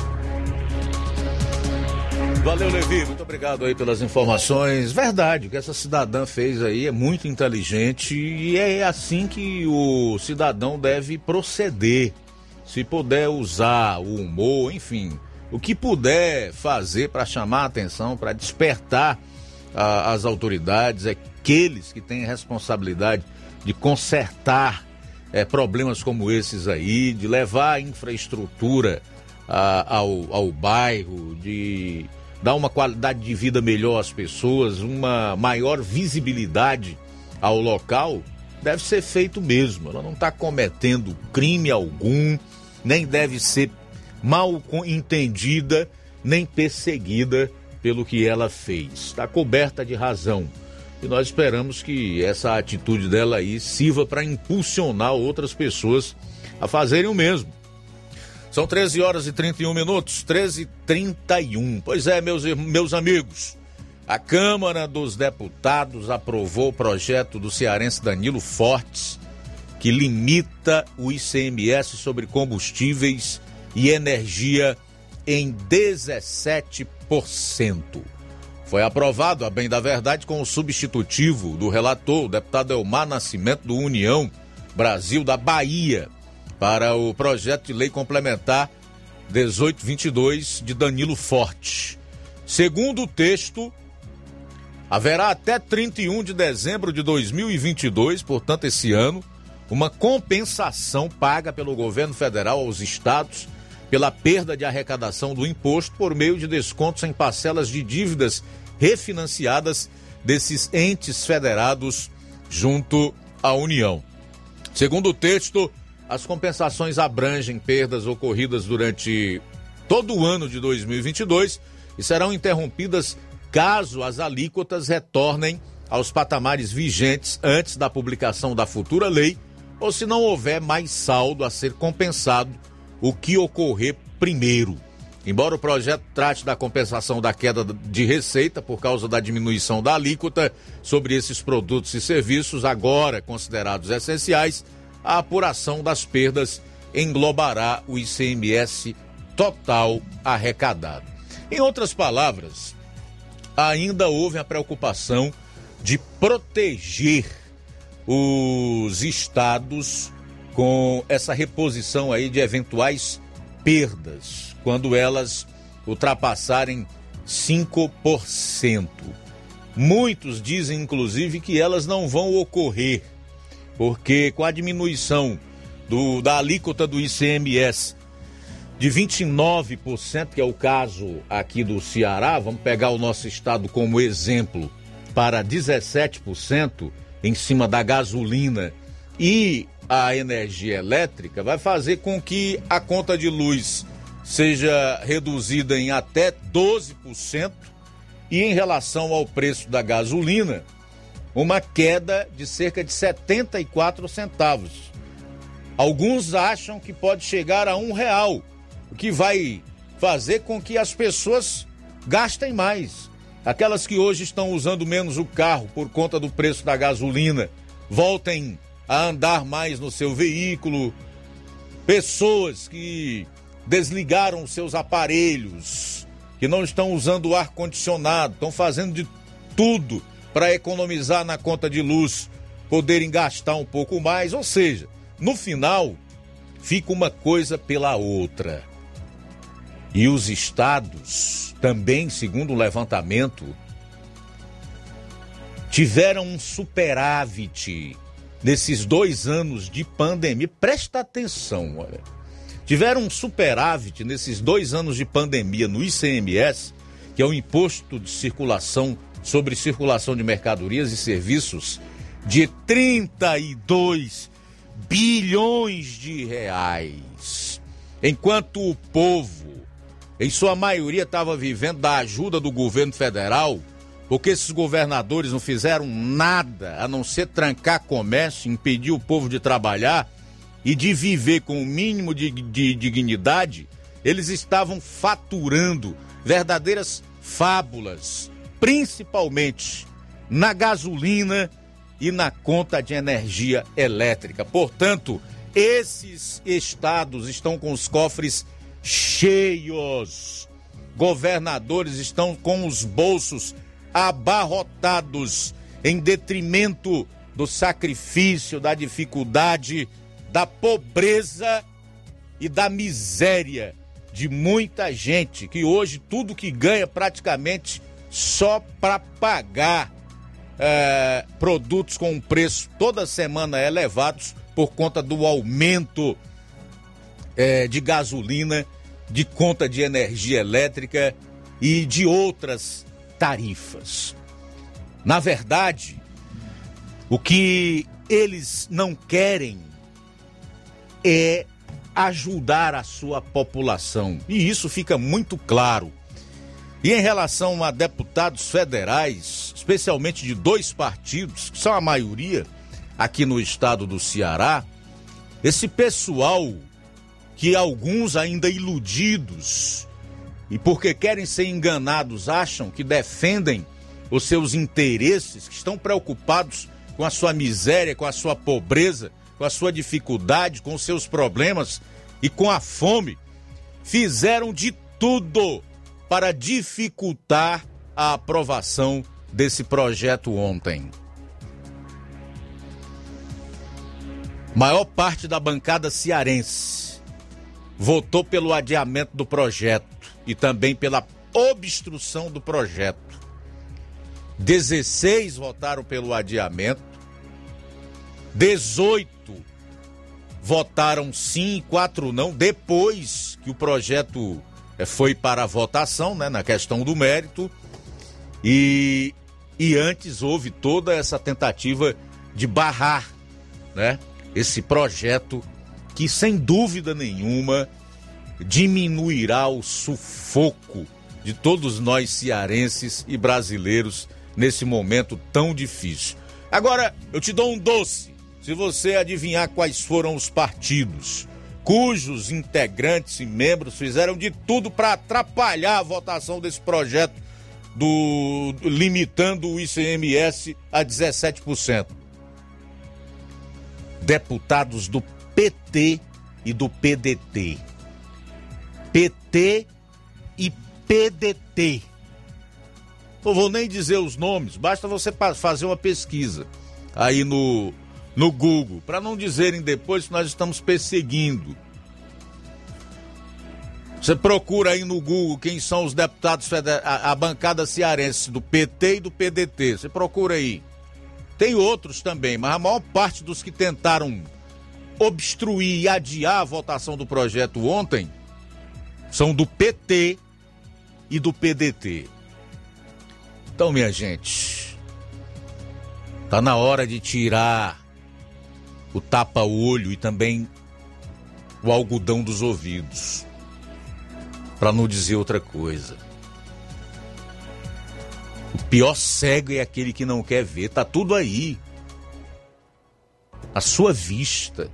Valeu, Levi, muito obrigado aí pelas informações. Verdade, o que essa cidadã fez aí é muito inteligente, e é assim que o cidadão deve proceder. Se puder usar o humor, enfim, o que puder fazer para chamar a atenção, para despertar as autoridades, aqueles que têm responsabilidade de consertar problemas como esses aí, de levar a infraestrutura ao bairro, de dar uma qualidade de vida melhor às pessoas, uma maior visibilidade ao local, deve ser feito mesmo. Ela não está cometendo crime algum, nem deve ser mal entendida, nem perseguida pelo que ela fez. Está coberta de razão. E nós esperamos que essa atitude dela aí sirva para impulsionar outras pessoas a fazerem o mesmo. São 13 horas e 31 minutos, 13h31. Pois é, meus amigos, a Câmara dos Deputados aprovou o projeto do cearense Danilo Fortes, que limita o ICMS sobre combustíveis e energia em 17%. Foi aprovado, a bem da verdade, com o substitutivo do relator, o deputado Elmar Nascimento, do União, Brasil da Bahia para o projeto de lei complementar 1822 de Danilo Forte. Segundo o texto, haverá até 31 de dezembro de 2022, portanto esse ano, uma compensação paga pelo governo federal aos estados pela perda de arrecadação do imposto por meio de descontos em parcelas de dívidas refinanciadas desses entes federados junto à União. Segundo o texto, as compensações abrangem perdas ocorridas durante todo o ano de 2022 e serão interrompidas caso as alíquotas retornem aos patamares vigentes antes da publicação da futura lei ou se não houver mais saldo a ser compensado, o que ocorrer primeiro. Embora o projeto trate da compensação da queda de receita por causa da diminuição da alíquota sobre esses produtos e serviços agora considerados essenciais, a apuração das perdas englobará o ICMS total arrecadado. Em outras palavras, ainda houve a preocupação de proteger os estados com essa reposição aí de eventuais perdas, quando elas ultrapassarem 5%. Muitos dizem, inclusive, que elas não vão ocorrer, porque com a diminuição da alíquota do ICMS de 29%, que é o caso aqui do Ceará, vamos pegar o nosso estado como exemplo, para 17% em cima da gasolina e a energia elétrica, vai fazer com que a conta de luz seja reduzida em até 12% e em relação ao preço da gasolina, uma queda de cerca de 74 centavos. Alguns acham que pode chegar a R$1, o que vai fazer com que as pessoas gastem mais. Aquelas que hoje estão usando menos o carro por conta do preço da gasolina, voltem a andar mais no seu veículo. Pessoas que desligaram seus aparelhos, que não estão usando o ar-condicionado, estão fazendo de tudo para economizar na conta de luz, poderem gastar um pouco mais. Ou seja, no final, fica uma coisa pela outra. E os estados também, segundo o levantamento, tiveram um superávit nesses 2 anos de pandemia. Presta atenção, olha. Tiveram um superávit nesses 2 anos de pandemia no ICMS, que é o Imposto de Circulação sobre Circulação de Mercadorias e Serviços, de 32 bilhões de reais. Enquanto o povo, em sua maioria, estava vivendo da ajuda do governo federal, porque esses governadores não fizeram nada a não ser trancar comércio, impedir o povo de trabalhar e de viver com o mínimo de dignidade, eles estavam faturando verdadeiras fábulas, principalmente na gasolina e na conta de energia elétrica. Portanto, esses estados estão com os cofres cheios, governadores estão com os bolsos abarrotados, em detrimento do sacrifício, da dificuldade, da pobreza e da miséria de muita gente que hoje tudo que ganha praticamente só para pagar produtos com preço toda semana elevados por conta do aumento de gasolina, de conta de energia elétrica e de outras tarifas. Na verdade, o que eles não querem é ajudar a sua população. E isso fica muito claro. E em relação a deputados federais, especialmente de 2 partidos, que são a maioria aqui no estado do Ceará, esse pessoal que alguns ainda iludidos e porque querem ser enganados acham que defendem os seus interesses, que estão preocupados com a sua miséria, com a sua pobreza, com a sua dificuldade, com os seus problemas e com a fome, fizeram de tudo para dificultar a aprovação desse projeto ontem. Maior parte da bancada cearense votou pelo adiamento do projeto e também pela obstrução do projeto. 16 votaram pelo adiamento, 18 votaram sim e 4 não, depois que o projeto foi para a votação, né, na questão do mérito, e antes houve toda essa tentativa de barrar, né, esse projeto que, sem dúvida nenhuma, diminuirá o sufoco de todos nós cearenses e brasileiros nesse momento tão difícil. Agora, eu te dou um doce se você adivinhar quais foram os partidos cujos integrantes e membros fizeram de tudo para atrapalhar a votação desse projeto limitando o ICMS a 17%. Deputados do PT e do PDT. PT e PDT. Não vou nem dizer os nomes, basta você fazer uma pesquisa aí no Google, para não dizerem depois que nós estamos perseguindo. Você procura aí no Google quem são os deputados federais, a bancada cearense do PT e do PDT. Você procura aí. Tem outros também, mas a maior parte dos que tentaram obstruir e adiar a votação do projeto ontem são do PT e do PDT. Então, minha gente, tá na hora de tirar o tapa-olho e também o algodão dos ouvidos, para não dizer outra coisa. O pior cego é aquele que não quer ver. Tá tudo aí, à sua vista.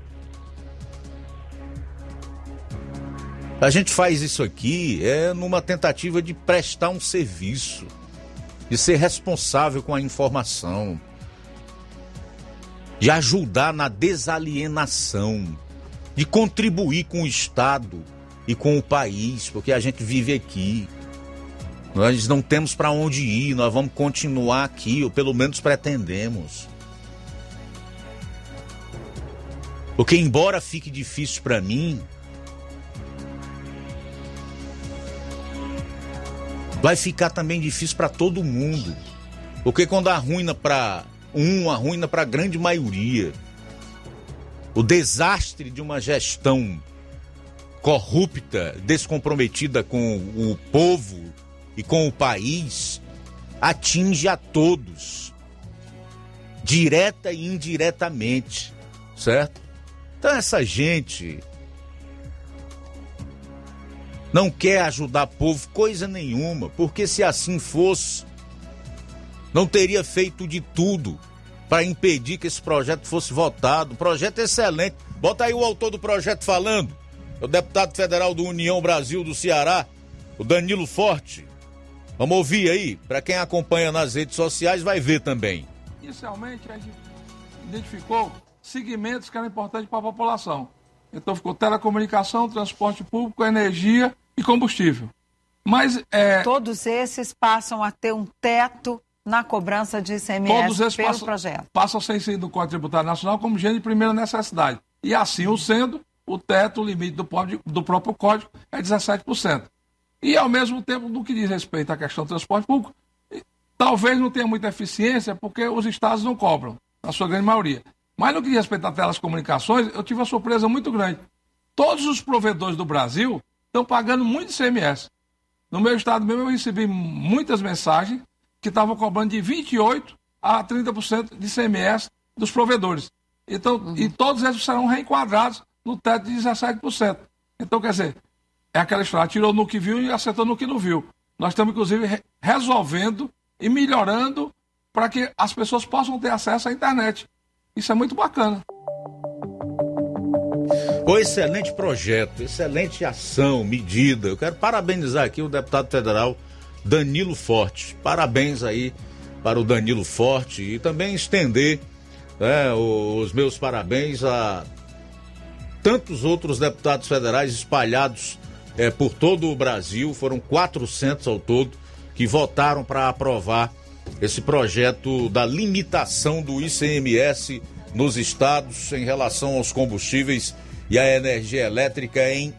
A gente faz isso aqui numa tentativa de prestar um serviço, de ser responsável com a informação, de ajudar na desalienação, de contribuir com o Estado e com o país, porque a gente vive aqui. Nós não temos para onde ir, nós vamos continuar aqui, ou pelo menos pretendemos. Porque embora fique difícil para mim, vai ficar também difícil para todo mundo. Porque quando arruina para arruina para a grande maioria. O desastre de uma gestão corrupta, descomprometida com o povo e com o país, atinge a todos, direta e indiretamente, certo? Então essa gente não quer ajudar o povo coisa nenhuma, porque se assim fosse, não teria feito de tudo para impedir que esse projeto fosse votado. Projeto excelente. Bota aí o autor do projeto falando, o deputado federal do União Brasil do Ceará, o Danilo Forte. Vamos ouvir aí, para quem acompanha nas redes sociais vai ver também.
Inicialmente a gente identificou segmentos que eram importantes para a população. Então ficou telecomunicação, transporte público, energia e combustível. Mas
todos esses passam a ter um teto na cobrança de ICMS
todos esses
pelo projeto.
Passam a ser inseridos no Código Tributário Nacional como gênero de primeira necessidade. E assim o sendo, o teto, o limite do próprio Código é 17%. E ao mesmo tempo, no que diz respeito à questão do transporte público, talvez não tenha muita eficiência porque os estados não cobram, na sua grande maioria. Mas no que diz respeito a telecomunicações, eu tive uma surpresa muito grande. Todos os provedores do Brasil estão pagando muito ICMS. No meu estado mesmo, eu recebi muitas mensagens que estavam cobrando de 28% a 30% de ICMS dos provedores. Então, e todos eles serão reenquadrados no teto de 17%. Então, quer dizer, é aquela história, tirou no que viu e acertou no que não viu. Nós estamos, inclusive, resolvendo e melhorando para que as pessoas possam ter acesso à internet. Isso é muito bacana.
O excelente projeto, excelente ação, medida. Eu quero parabenizar aqui o deputado federal Danilo Forte. Parabéns aí para o Danilo Forte e também estender os meus parabéns a tantos outros deputados federais espalhados por todo o Brasil. Foram 400 ao todo que votaram para aprovar esse projeto da limitação do ICMS nos estados em relação aos combustíveis e à energia elétrica em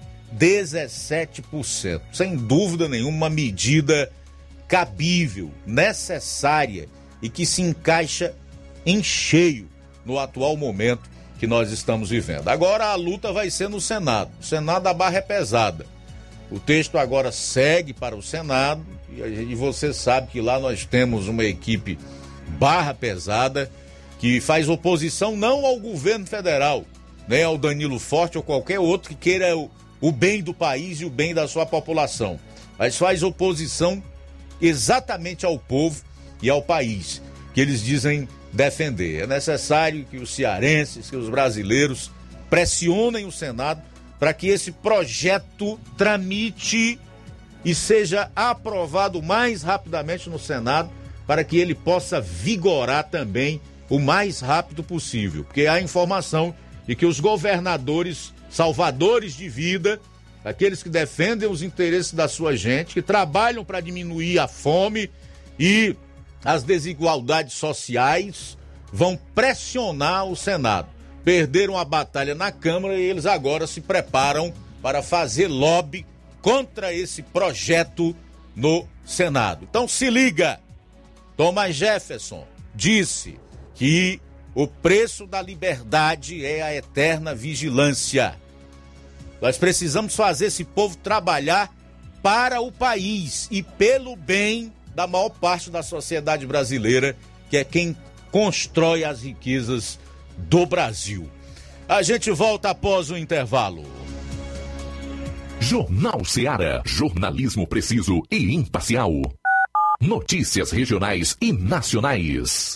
17%. Sem dúvida nenhuma, uma medida cabível, necessária e que se encaixa em cheio no atual momento que nós estamos vivendo. Agora a luta vai ser no Senado. O Senado, a barra é pesada. O texto agora segue para o Senado e você sabe que lá nós temos uma equipe barra pesada que faz oposição não ao governo federal, nem ao Danilo Forte ou qualquer outro que queira o bem do país e o bem da sua população, mas faz oposição exatamente ao povo e ao país que eles dizem defender. É necessário que os cearenses, que os brasileiros pressionem o Senado para que esse projeto tramite e seja aprovado o mais rapidamente no Senado, para que ele possa vigorar também o mais rápido possível, porque há informação de que os governadores, salvadores de vida, aqueles que defendem os interesses da sua gente, que trabalham para diminuir a fome e as desigualdades sociais, vão pressionar o Senado. Perderam a batalha na Câmara e eles agora se preparam para fazer lobby contra esse projeto no Senado. Então se liga, Thomas Jefferson disse que o preço da liberdade é a eterna vigilância. Nós precisamos fazer esse povo trabalhar para o país e pelo bem da maior parte da sociedade brasileira, que é quem constrói as riquezas do Brasil. A gente volta após o intervalo.
Jornal Ceará, jornalismo preciso e imparcial. Notícias regionais e nacionais.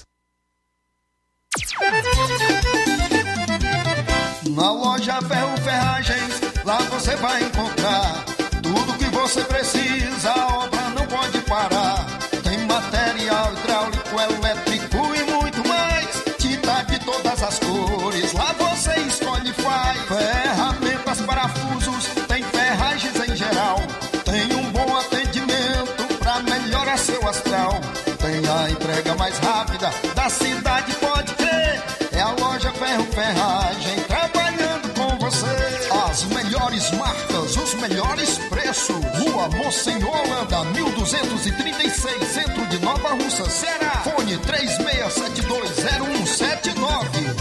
Na loja Ferro Ferragens, lá você vai encontrar tudo que você precisa, a obra não pode parar. Tem material hidráulico, elétrico e muito mais, tinta de todas as cores, lá você escolhe e faz. Ferramentas, parafusos, tem ferragens em geral, tem um bom atendimento pra melhorar seu astral. Tem a entrega mais rápida da cidade, pode crer, é a loja Ferro Ferragem trabalhando com você. As melhores marcas, os melhores preços. Rua Monsenhor Holanda, 1236, centro de Nova Russa, Ceará. Fone 36720179.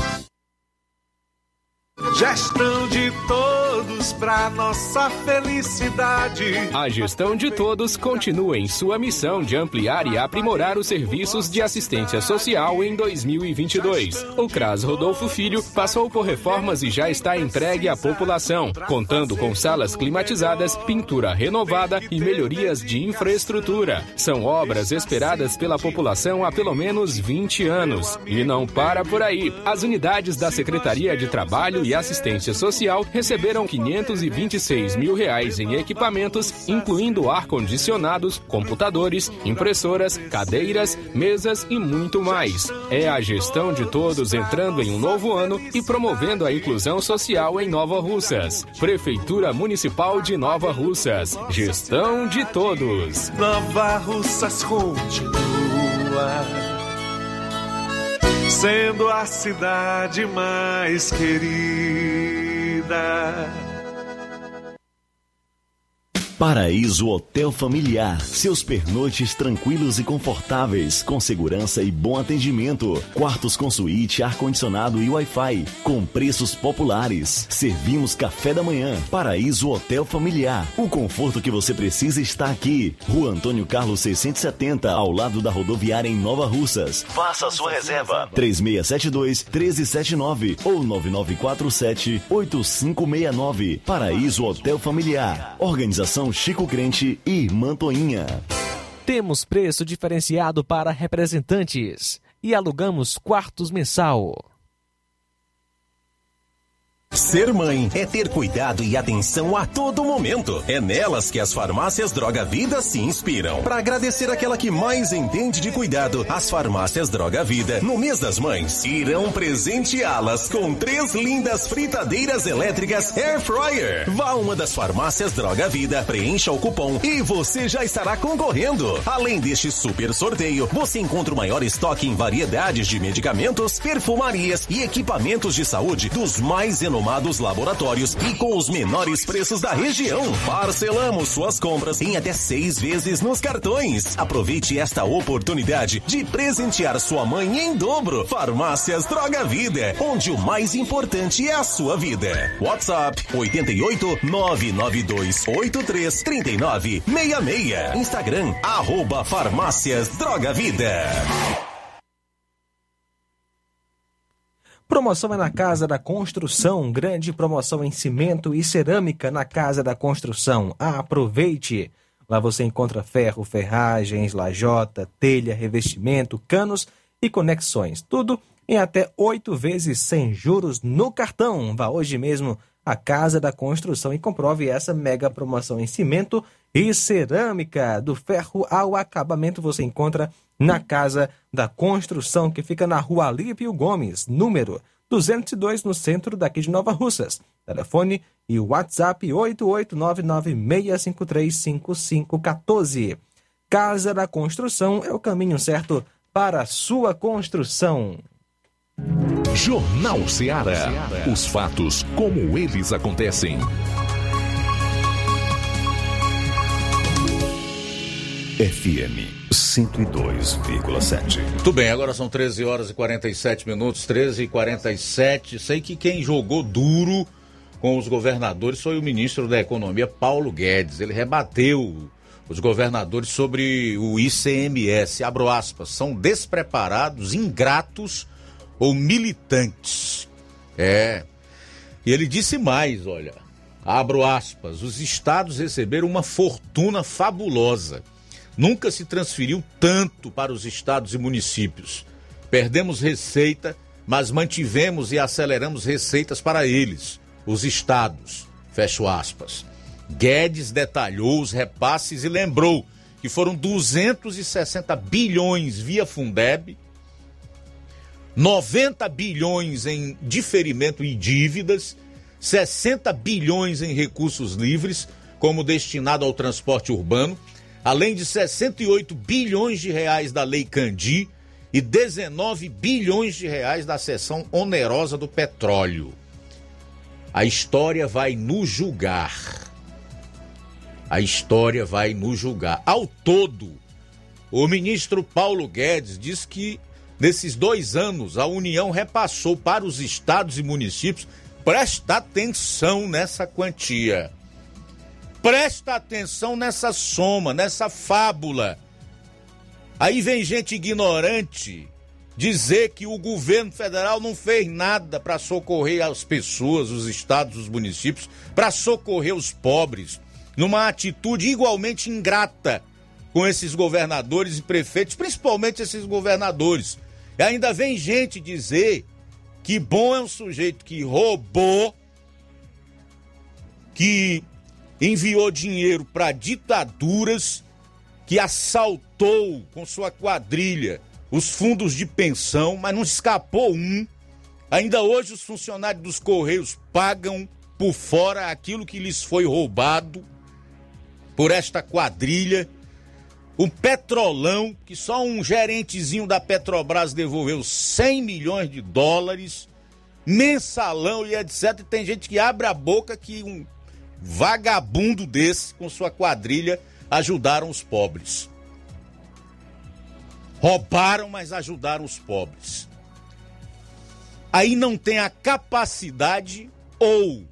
Gestão de todos pra nossa felicidade.
A Gestão de Todos continua em sua missão de ampliar e aprimorar os serviços de assistência social em 2022. O CRAS Rodolfo Filho passou por reformas e já está entregue à população, contando com salas climatizadas, pintura renovada e melhorias de infraestrutura. São obras esperadas pela população há pelo menos 20 anos. E não para por aí. As unidades da Secretaria de Trabalho e Assistência Social receberam R$526 mil em equipamentos, incluindo ar-condicionados, computadores, impressoras, cadeiras, mesas e muito mais. É a Gestão de Todos entrando em um novo ano e promovendo a inclusão social em Nova Russas. Prefeitura Municipal de Nova Russas. Gestão de Todos.
Nova Russas continua sendo a cidade mais querida.
Paraíso Hotel Familiar. Seus pernoites tranquilos e confortáveis, com segurança e bom atendimento. Quartos com suíte, ar-condicionado e Wi-Fi, com preços populares. Servimos café da manhã. Paraíso Hotel Familiar. O conforto que você precisa está aqui. Rua Antônio Carlos 670, ao lado da rodoviária em Nova Russas. Faça a sua reserva. 3672-1379 ou 9947-8569. Paraíso Hotel Familiar. Organização Chico Crente e Mantoinha.
Temos preço diferenciado para representantes e alugamos quartos mensal.
Ser mãe é ter cuidado e atenção a todo momento. É nelas que as farmácias Droga Vida se inspiram. Para agradecer aquela que mais entende de cuidado, as farmácias Droga Vida, no mês das mães, irão presenteá-las com 3 lindas fritadeiras elétricas Air Fryer. Vá a uma das farmácias Droga Vida, preencha o cupom e você já estará concorrendo. Além deste super sorteio, você encontra o maior estoque em variedades de medicamentos, perfumarias e equipamentos de saúde dos mais renomados laboratórios e com os menores preços da região. Parcelamos suas compras em até 6 vezes nos cartões. Aproveite esta oportunidade de presentear sua mãe em dobro. Farmácias Droga Vida, onde o mais importante é a sua vida. WhatsApp 88 992 83 39 66. Instagram @Farmácias Droga Vida.
Promoção é na Casa da Construção, grande promoção em cimento e cerâmica na Casa da Construção. Aproveite! Lá você encontra ferro, ferragens, lajota, telha, revestimento, canos e conexões. Tudo em até 8 vezes sem juros no cartão. Vá hoje mesmo à Casa da Construção e comprove essa mega promoção em cimento e cerâmica. Do ferro ao acabamento você encontra na Casa da Construção, que fica na Rua Alípio Gomes, número 202, no centro daqui de Nova Russas. Telefone e WhatsApp 88996535514. Casa da Construção é o caminho certo para a sua construção.
Jornal Ceará. Os fatos como eles acontecem. FM 102,7.
Muito bem, agora são 13 horas e 47 minutos, 13h47. Sei que quem jogou duro com os governadores foi o ministro da Economia, Paulo Guedes. Ele rebateu os governadores sobre o ICMS. Abro aspas, são despreparados, ingratos ou militantes. E ele disse mais, olha, abro aspas, os estados receberam uma fortuna fabulosa. Nunca se transferiu tanto para os estados e municípios. Perdemos receita, mas mantivemos e aceleramos receitas para eles, os estados. Fecho aspas. Guedes detalhou os repasses e lembrou que foram 260 bilhões via Fundeb, 90 bilhões em diferimento e dívidas, 60 bilhões em recursos livres, como destinado ao transporte urbano, além de 68 bilhões de reais da Lei Candi e 19 bilhões de reais da seção onerosa do petróleo. A história vai nos julgar. A história vai nos julgar. Ao todo, o ministro Paulo Guedes diz que nesses 2 anos a União repassou para os estados e municípios, presta atenção nessa quantia. Presta atenção nessa soma, nessa fábula. Aí vem gente ignorante dizer que o governo federal não fez nada para socorrer as pessoas, os estados, os municípios, para socorrer os pobres, numa atitude igualmente ingrata com esses governadores e prefeitos, principalmente esses governadores. E ainda vem gente dizer que bom é um sujeito que roubou, que enviou dinheiro para ditaduras, que assaltou com sua quadrilha os fundos de pensão, mas não escapou um. Ainda hoje os funcionários dos Correios pagam por fora aquilo que lhes foi roubado por esta quadrilha. O Petrolão, que só um gerentezinho da Petrobras devolveu 100 milhões de dólares, mensalão e etc. E tem gente que abre a boca que um vagabundo desse, com sua quadrilha, ajudaram os pobres. Roubaram, mas ajudaram os pobres. Aí não tem a capacidade ou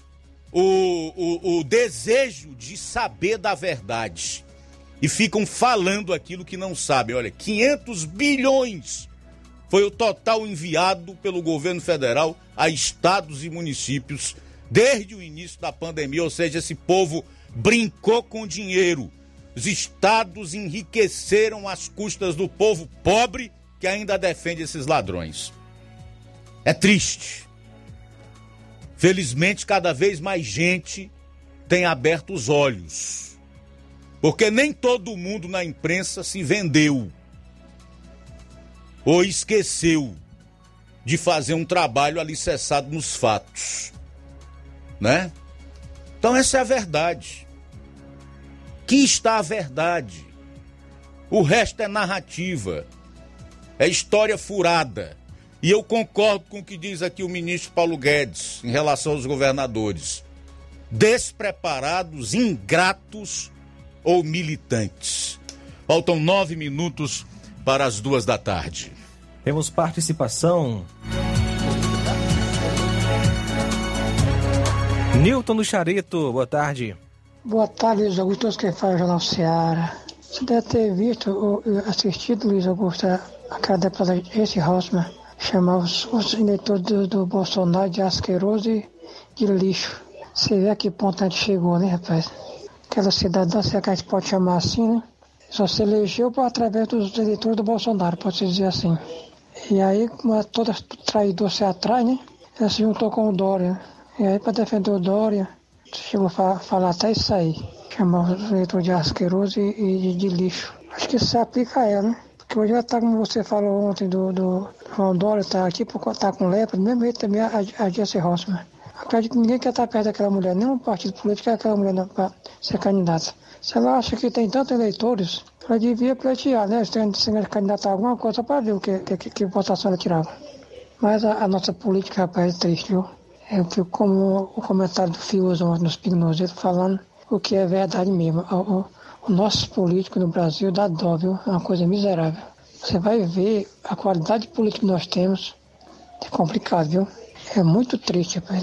o desejo de saber da verdade. E ficam falando aquilo que não sabem. Olha, 500 bilhões foi o total enviado pelo governo federal a estados e municípios desde o início da pandemia, ou seja, esse povo brincou com dinheiro. Os estados enriqueceram às custas do povo pobre que ainda defende esses ladrões. É triste. Felizmente, cada vez mais gente tem aberto os olhos, porque nem todo mundo na imprensa se vendeu ou esqueceu de fazer um trabalho alicerçado nos fatos, né? Então essa é a verdade. Aqui está a verdade. O resto é narrativa, é história furada. E eu concordo com o que diz aqui o ministro Paulo Guedes em relação aos governadores. Despreparados, ingratos ou militantes. Faltam 9 minutos para as 14h.
Temos participação. Nilton do Charito, boa tarde.
Boa tarde, Luiz Augusto, todos que fazem o Jornal Seara. Você deve ter visto ou assistido, Luiz Augusto, aquela deputada Esse Rossmann chamar os eleitores do Bolsonaro de asqueroso e de lixo. Você vê a que ponto a gente chegou, né, rapaz? Aquela cidadã, se é que a gente pode chamar assim, né? Só se elegeu através dos eleitores do Bolsonaro, pode-se dizer assim. E aí, como todo traidor se atrai, né? Ela se juntou com o Dória. E aí, para defender o Dória, chegou a falar até isso aí. Chamar os eleitores de asqueroso e de lixo. Acho que isso se aplica a ela, né? Porque hoje ela tá, como você falou ontem do João Dória, tá com lepra, do mesmo jeito também a Esse Rossmann. Acredito que ninguém quer estar perto daquela mulher, nenhum partido político quer aquela mulher para ser candidata. Se ela acha que tem tantos eleitores, ela devia pleitear, né? Se tem candidatar a alguma coisa para ver que votação ela tirava. Mas a nossa política, rapaz, é triste, viu? Eu fico como o comentário do Fiuso nos Pignozeiros falando o que é verdade mesmo. O nosso político no Brasil dá dó, viu? É uma coisa miserável. Você vai ver a qualidade política que nós temos, é complicado, viu? É muito triste, rapaz.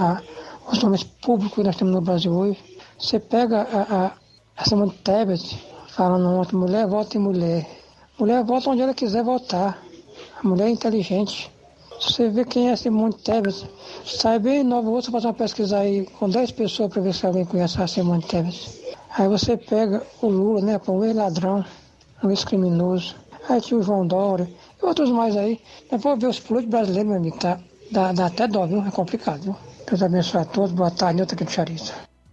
Os nomes públicos que nós temos no Brasil hoje. Você pega a Simone Tebet falando ontem, mulher vota em mulher. Mulher vota onde ela quiser votar. A mulher é inteligente. Se você vê quem é Simone Tebet, sai bem nova, você faz uma pesquisa aí com 10 pessoas para ver se alguém conhece a Simone Tebet. Aí você pega o Lula, né, para um ex-ladrão, um ex-criminoso. Aí tinha o João Dória e outros mais aí. Depois ver os políticos brasileiros, meu amigo, dá até dó, viu? É complicado, viu? Deus abençoe a todos. Boa tarde, Nilton aqui do Charito.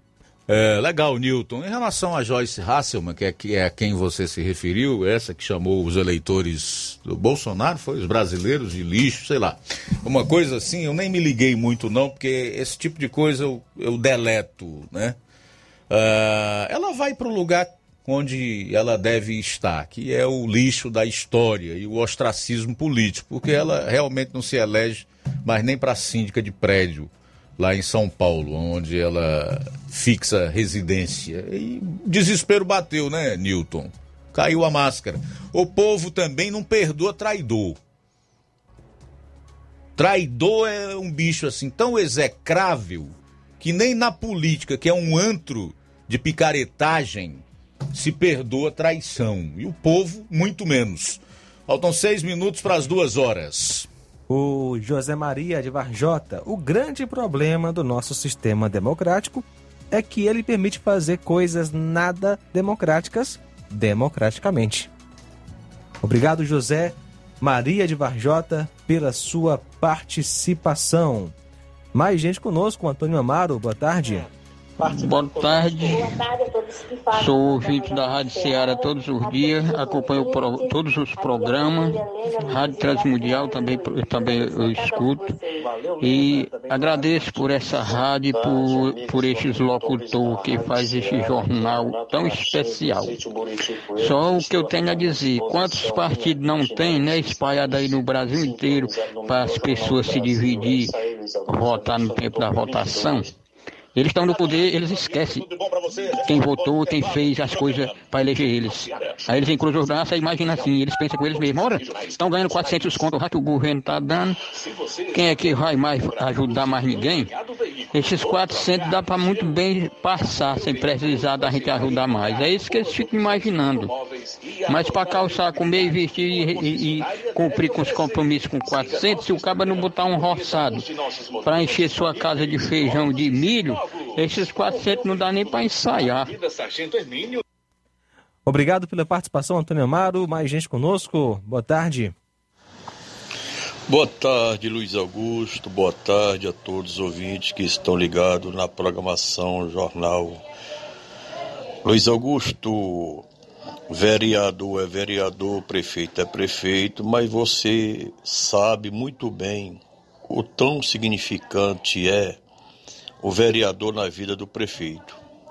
Legal, Nilton. Em relação a Joyce Hasselmann, que é a quem você se referiu, essa que chamou os eleitores do Bolsonaro, foi os brasileiros de lixo, sei lá. Uma coisa assim, eu nem me liguei muito não, porque esse tipo de coisa eu deleto, né? Ela vai para o lugar onde ela deve estar, que é o lixo da história e o ostracismo político, porque ela realmente não se elege mais nem para síndica de prédio lá em São Paulo, onde ela fixa residência. E desespero bateu, né, Nilton? Caiu a máscara. O povo também não perdoa traidor. Traidor é um bicho assim tão execrável que nem na política, que é um antro de picaretagem, se perdoa traição. E o povo, muito menos. Faltam 6 minutos para as 2h.
O José Maria de Varjota, o grande problema do nosso sistema democrático é que ele permite fazer coisas nada democráticas democraticamente. Obrigado, José Maria de Varjota, pela sua participação. Mais gente conosco, Antônio Amaro, boa tarde.
Boa tarde, sou ouvinte da Rádio Ceará todos os dias, acompanho todos os programas, Rádio Transmundial também eu escuto e agradeço por essa rádio, por esses locutores que faz esse jornal tão especial. Só o que eu tenho a dizer, quantos partidos não tem, né, espalhado aí no Brasil inteiro para as pessoas se dividir, votar no tempo da votação? Eles estão no poder, eles esquecem quem votou, quem fez as coisas para eleger eles. Aí eles encruzam os braços e imagina assim, eles pensam com eles mesmos, ora, estão ganhando 400 contos, já que o governo está dando, quem é que vai mais ajudar mais ninguém? Esses 400 dá para muito bem passar, sem precisar da gente ajudar mais. É isso que eles ficam imaginando. Mas para calçar, comer e vestir e cumprir com os compromissos com 400, se o cara não botar um roçado para encher sua casa de feijão, de milho, esses 400 não dá nem para ensaiar.
Obrigado pela participação, Antônio Amaro. Mais gente conosco. Boa tarde.
Boa tarde, Luiz Augusto. Boa tarde a todos os ouvintes que estão ligados na programação Jornal. Luiz Augusto, vereador é vereador, prefeito é prefeito, mas você sabe muito bem o tão significante é o vereador na vida do prefeito.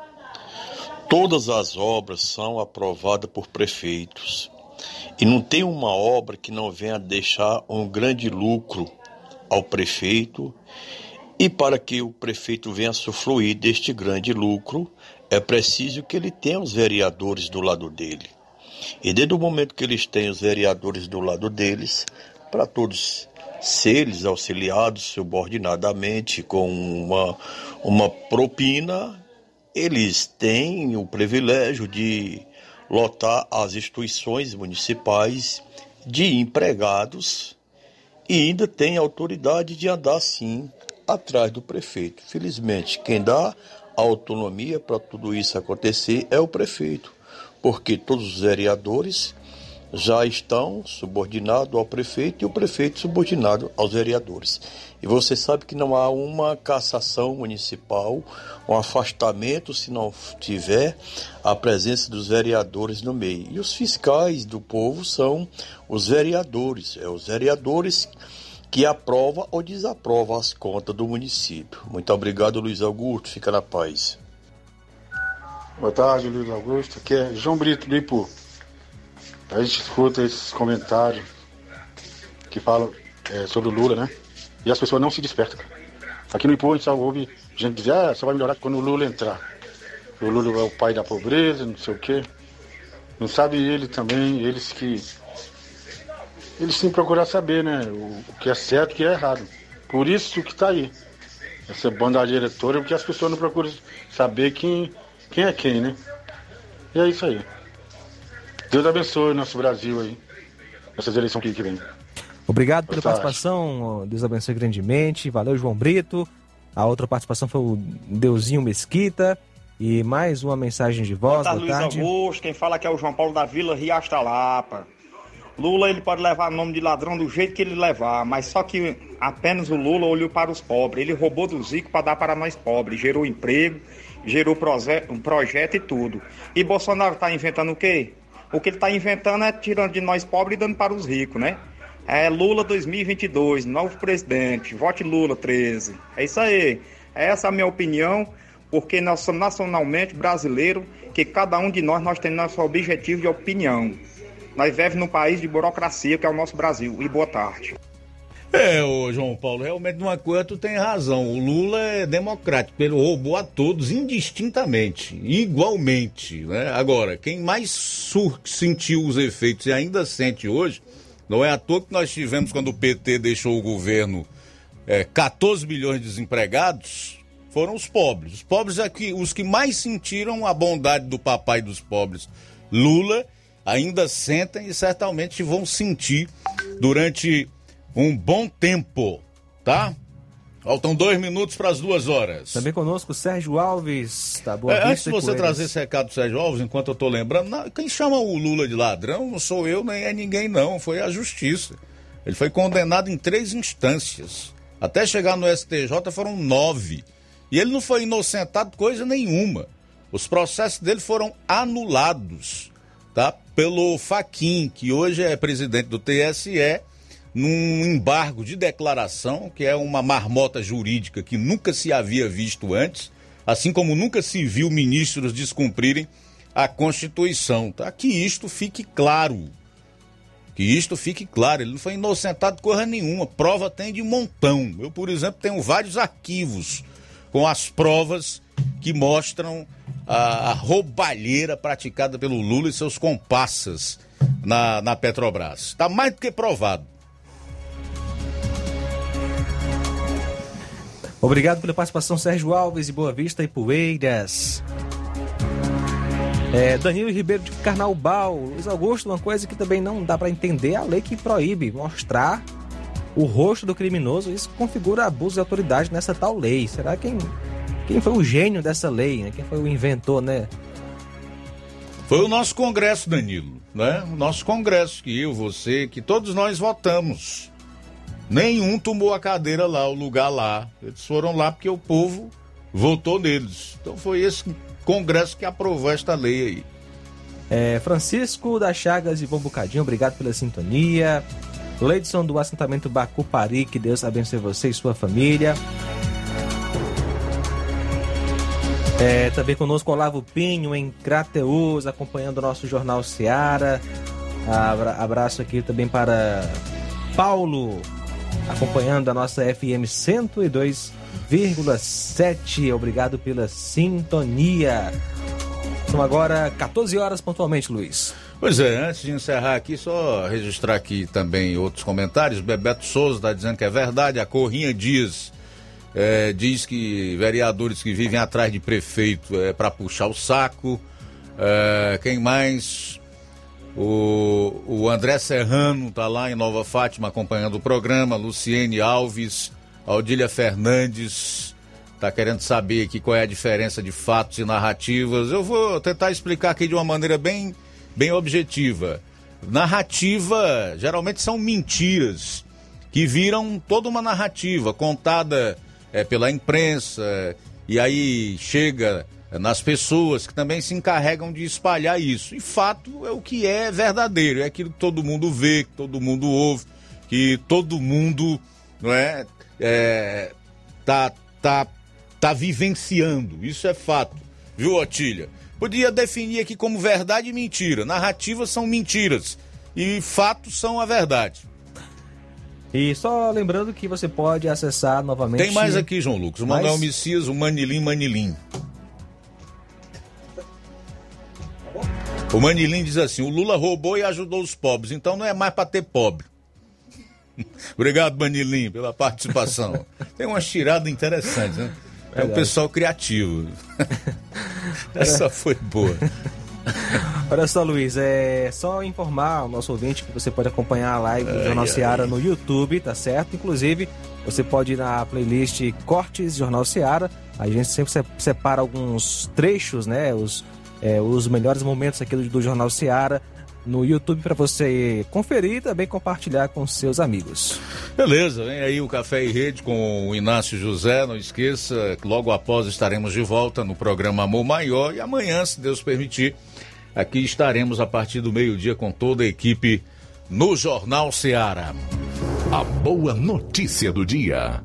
Todas as obras são aprovadas por prefeitos. E não tem uma obra que não venha deixar um grande lucro ao prefeito. E para que o prefeito venha usufruir deste grande lucro, é preciso que ele tenha os vereadores do lado dele. E desde o momento que eles têm os vereadores do lado deles, para todos serem auxiliados subordinadamente com uma propina, eles têm o privilégio de lotar as instituições municipais de empregados e ainda tem a autoridade de andar, sim, atrás do prefeito. Felizmente, quem dá a autonomia para tudo isso acontecer é o prefeito, porque todos os vereadores já estão subordinados ao prefeito e o prefeito subordinado aos vereadores. E você sabe que não há uma cassação municipal, um afastamento se não tiver a presença dos vereadores no meio. E os fiscais do povo são os vereadores, os vereadores que aprovam ou desaprovam as contas do município. Muito obrigado, Luiz Augusto, fica na paz.
Boa tarde, Luiz Augusto, aqui é João Brito do Ipu. A gente escuta esses comentários que falam sobre o Lula, né? E as pessoas não se despertam. Aqui no Ipu a gente só ouve gente dizer, só vai melhorar quando o Lula entrar. O Lula é o pai da pobreza, não sei o quê. Não sabe ele também, eles têm que procurar saber, né? O que é certo e o que é errado. Por isso que tá aí. Essa banda diretora, porque as pessoas não procuram saber quem é quem, né? E é isso aí. Deus abençoe o nosso Brasil aí, nessas eleições que vem.
Obrigado pela participação, Deus abençoe grandemente. Valeu, João Brito. A outra participação foi o Deusinho Mesquita. E mais uma mensagem de voz. Boa tarde,
Luiz Augusto. Quem fala aqui é o João Paulo da Vila Riacho da Lapa. Lula, ele pode levar nome de ladrão do jeito que ele levar, mas só que apenas o Lula olhou para os pobres. Ele roubou dos ricos para dar para nós pobres. Gerou emprego, gerou um projeto e tudo. E Bolsonaro está inventando o quê? O que ele está inventando é tirando de nós pobres e dando para os ricos, né? É Lula 2022, novo presidente, vote Lula 13. É isso aí. Essa é a minha opinião, porque nós somos nacionalmente brasileiros, que cada um de nós tem nosso objetivo de opinião. Nós vivemos num país de burocracia, que é o nosso Brasil. E boa tarde.
Ô João Paulo, realmente numa coisa tu tem razão. O Lula é democrático, ele roubou a todos indistintamente, igualmente, né? Agora, quem mais sentiu os efeitos e ainda sente hoje, não é à toa que nós tivemos, quando o PT deixou o governo, 14 milhões de desempregados, foram os pobres. Os pobres é os que mais sentiram a bondade do papai dos pobres, Lula, ainda sentem e certamente vão sentir durante um bom tempo, tá? Faltam 2 minutos para as 2 horas.
Também conosco o Alves, tá bom? Antes
de você trazer esse recado do Sérgio Alves, enquanto eu tô lembrando, quem chama o Lula de ladrão não sou eu, nem é ninguém não, foi a justiça. Ele foi condenado em 3 instâncias. Até chegar no STJ foram 9. E ele não foi inocentado coisa nenhuma. Os processos dele foram anulados, tá? Pelo Fachin, que hoje é presidente do TSE, num embargo de declaração, que é uma marmota jurídica que nunca se havia visto antes, assim como nunca se viu ministros descumprirem a Constituição, tá? Que isto fique claro. Ele não foi inocentado coisa nenhuma, prova tem de montão. Eu, por exemplo, tenho vários arquivos com as provas que mostram a roubalheira praticada pelo Lula e seus comparsas na Petrobras. Está mais do que provado.
Obrigado pela participação, Sérgio Alves, de Boa Vista e Poeiras. Danilo Ribeiro de Carnaubal. Luiz Augusto, uma coisa que também não dá para entender, a lei que proíbe mostrar o rosto do criminoso, isso configura abuso de autoridade nessa tal lei. Será quem foi o gênio dessa lei, né? Quem foi o inventor, né?
Foi o nosso Congresso, Danilo, né? O nosso Congresso, que eu, você, que todos nós votamos. nenhum tomou a cadeira lá, o lugar lá. Eles foram lá porque o povo votou neles. Então foi esse Congresso que aprovou esta lei aí.
Francisco das Chagas de Bom Bocadinho, obrigado pela sintonia. Leidson do assentamento Bacupari, que Deus abençoe você e sua família. Também conosco Olavo Pinho em Crateús, acompanhando o nosso Jornal Seara. Abraço aqui também para Paulo, acompanhando a nossa FM 102,7. Obrigado pela sintonia. São agora 14 horas pontualmente, Luiz.
Pois é, antes de encerrar aqui, só registrar aqui também outros comentários. Bebeto Souza está dizendo que é verdade. A Corrinha Dias diz que vereadores que vivem atrás de prefeito é para puxar o saco. Quem mais? O André Serrano está lá em Nova Fátima acompanhando o programa. Luciene Alves, Aldília Fernandes está querendo saber aqui qual é a diferença de fatos e narrativas. Eu vou tentar explicar aqui de uma maneira bem objetiva. Narrativa geralmente são mentiras que viram toda uma narrativa contada pela imprensa e aí chega nas pessoas que também se encarregam de espalhar isso. E fato é o que é verdadeiro, é aquilo que todo mundo vê, que todo mundo ouve, que todo mundo tá vivenciando. Isso é fato, viu, Otília? Podia definir aqui como verdade e mentira. Narrativas são mentiras e fatos são a verdade.
E só lembrando que você pode acessar novamente...
Tem mais aqui, João Lucas. O Manuel Messias, o Manilim. O Manilim diz assim: o Lula roubou e ajudou os pobres, então não é mais para ter pobre. Obrigado, Manilim, pela participação. Tem uma tirada interessante, né? É um pessoal criativo. Essa foi boa.
Olha só, Luiz, só informar ao nosso ouvinte que você pode acompanhar a live do Jornal Seara no YouTube, tá certo? Inclusive, você pode ir na playlist Cortes Jornal Seara. A gente sempre separa alguns trechos, né? Os melhores momentos aqui do Jornal Seara no YouTube para você conferir e também compartilhar com seus amigos.
Beleza, vem aí o Café e Rede com o Inácio José. Não esqueça que logo após estaremos de volta no programa Amor Maior e amanhã, se Deus permitir, aqui estaremos a partir do meio-dia com toda a equipe no Jornal Seara.
A boa notícia do dia.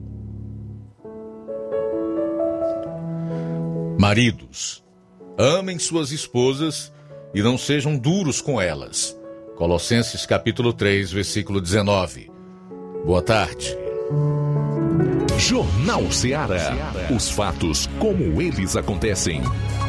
Maridos, amem suas esposas e não sejam duros com elas. Colossenses capítulo 3, versículo 19. Boa tarde.
Jornal Seara. Os fatos como eles acontecem.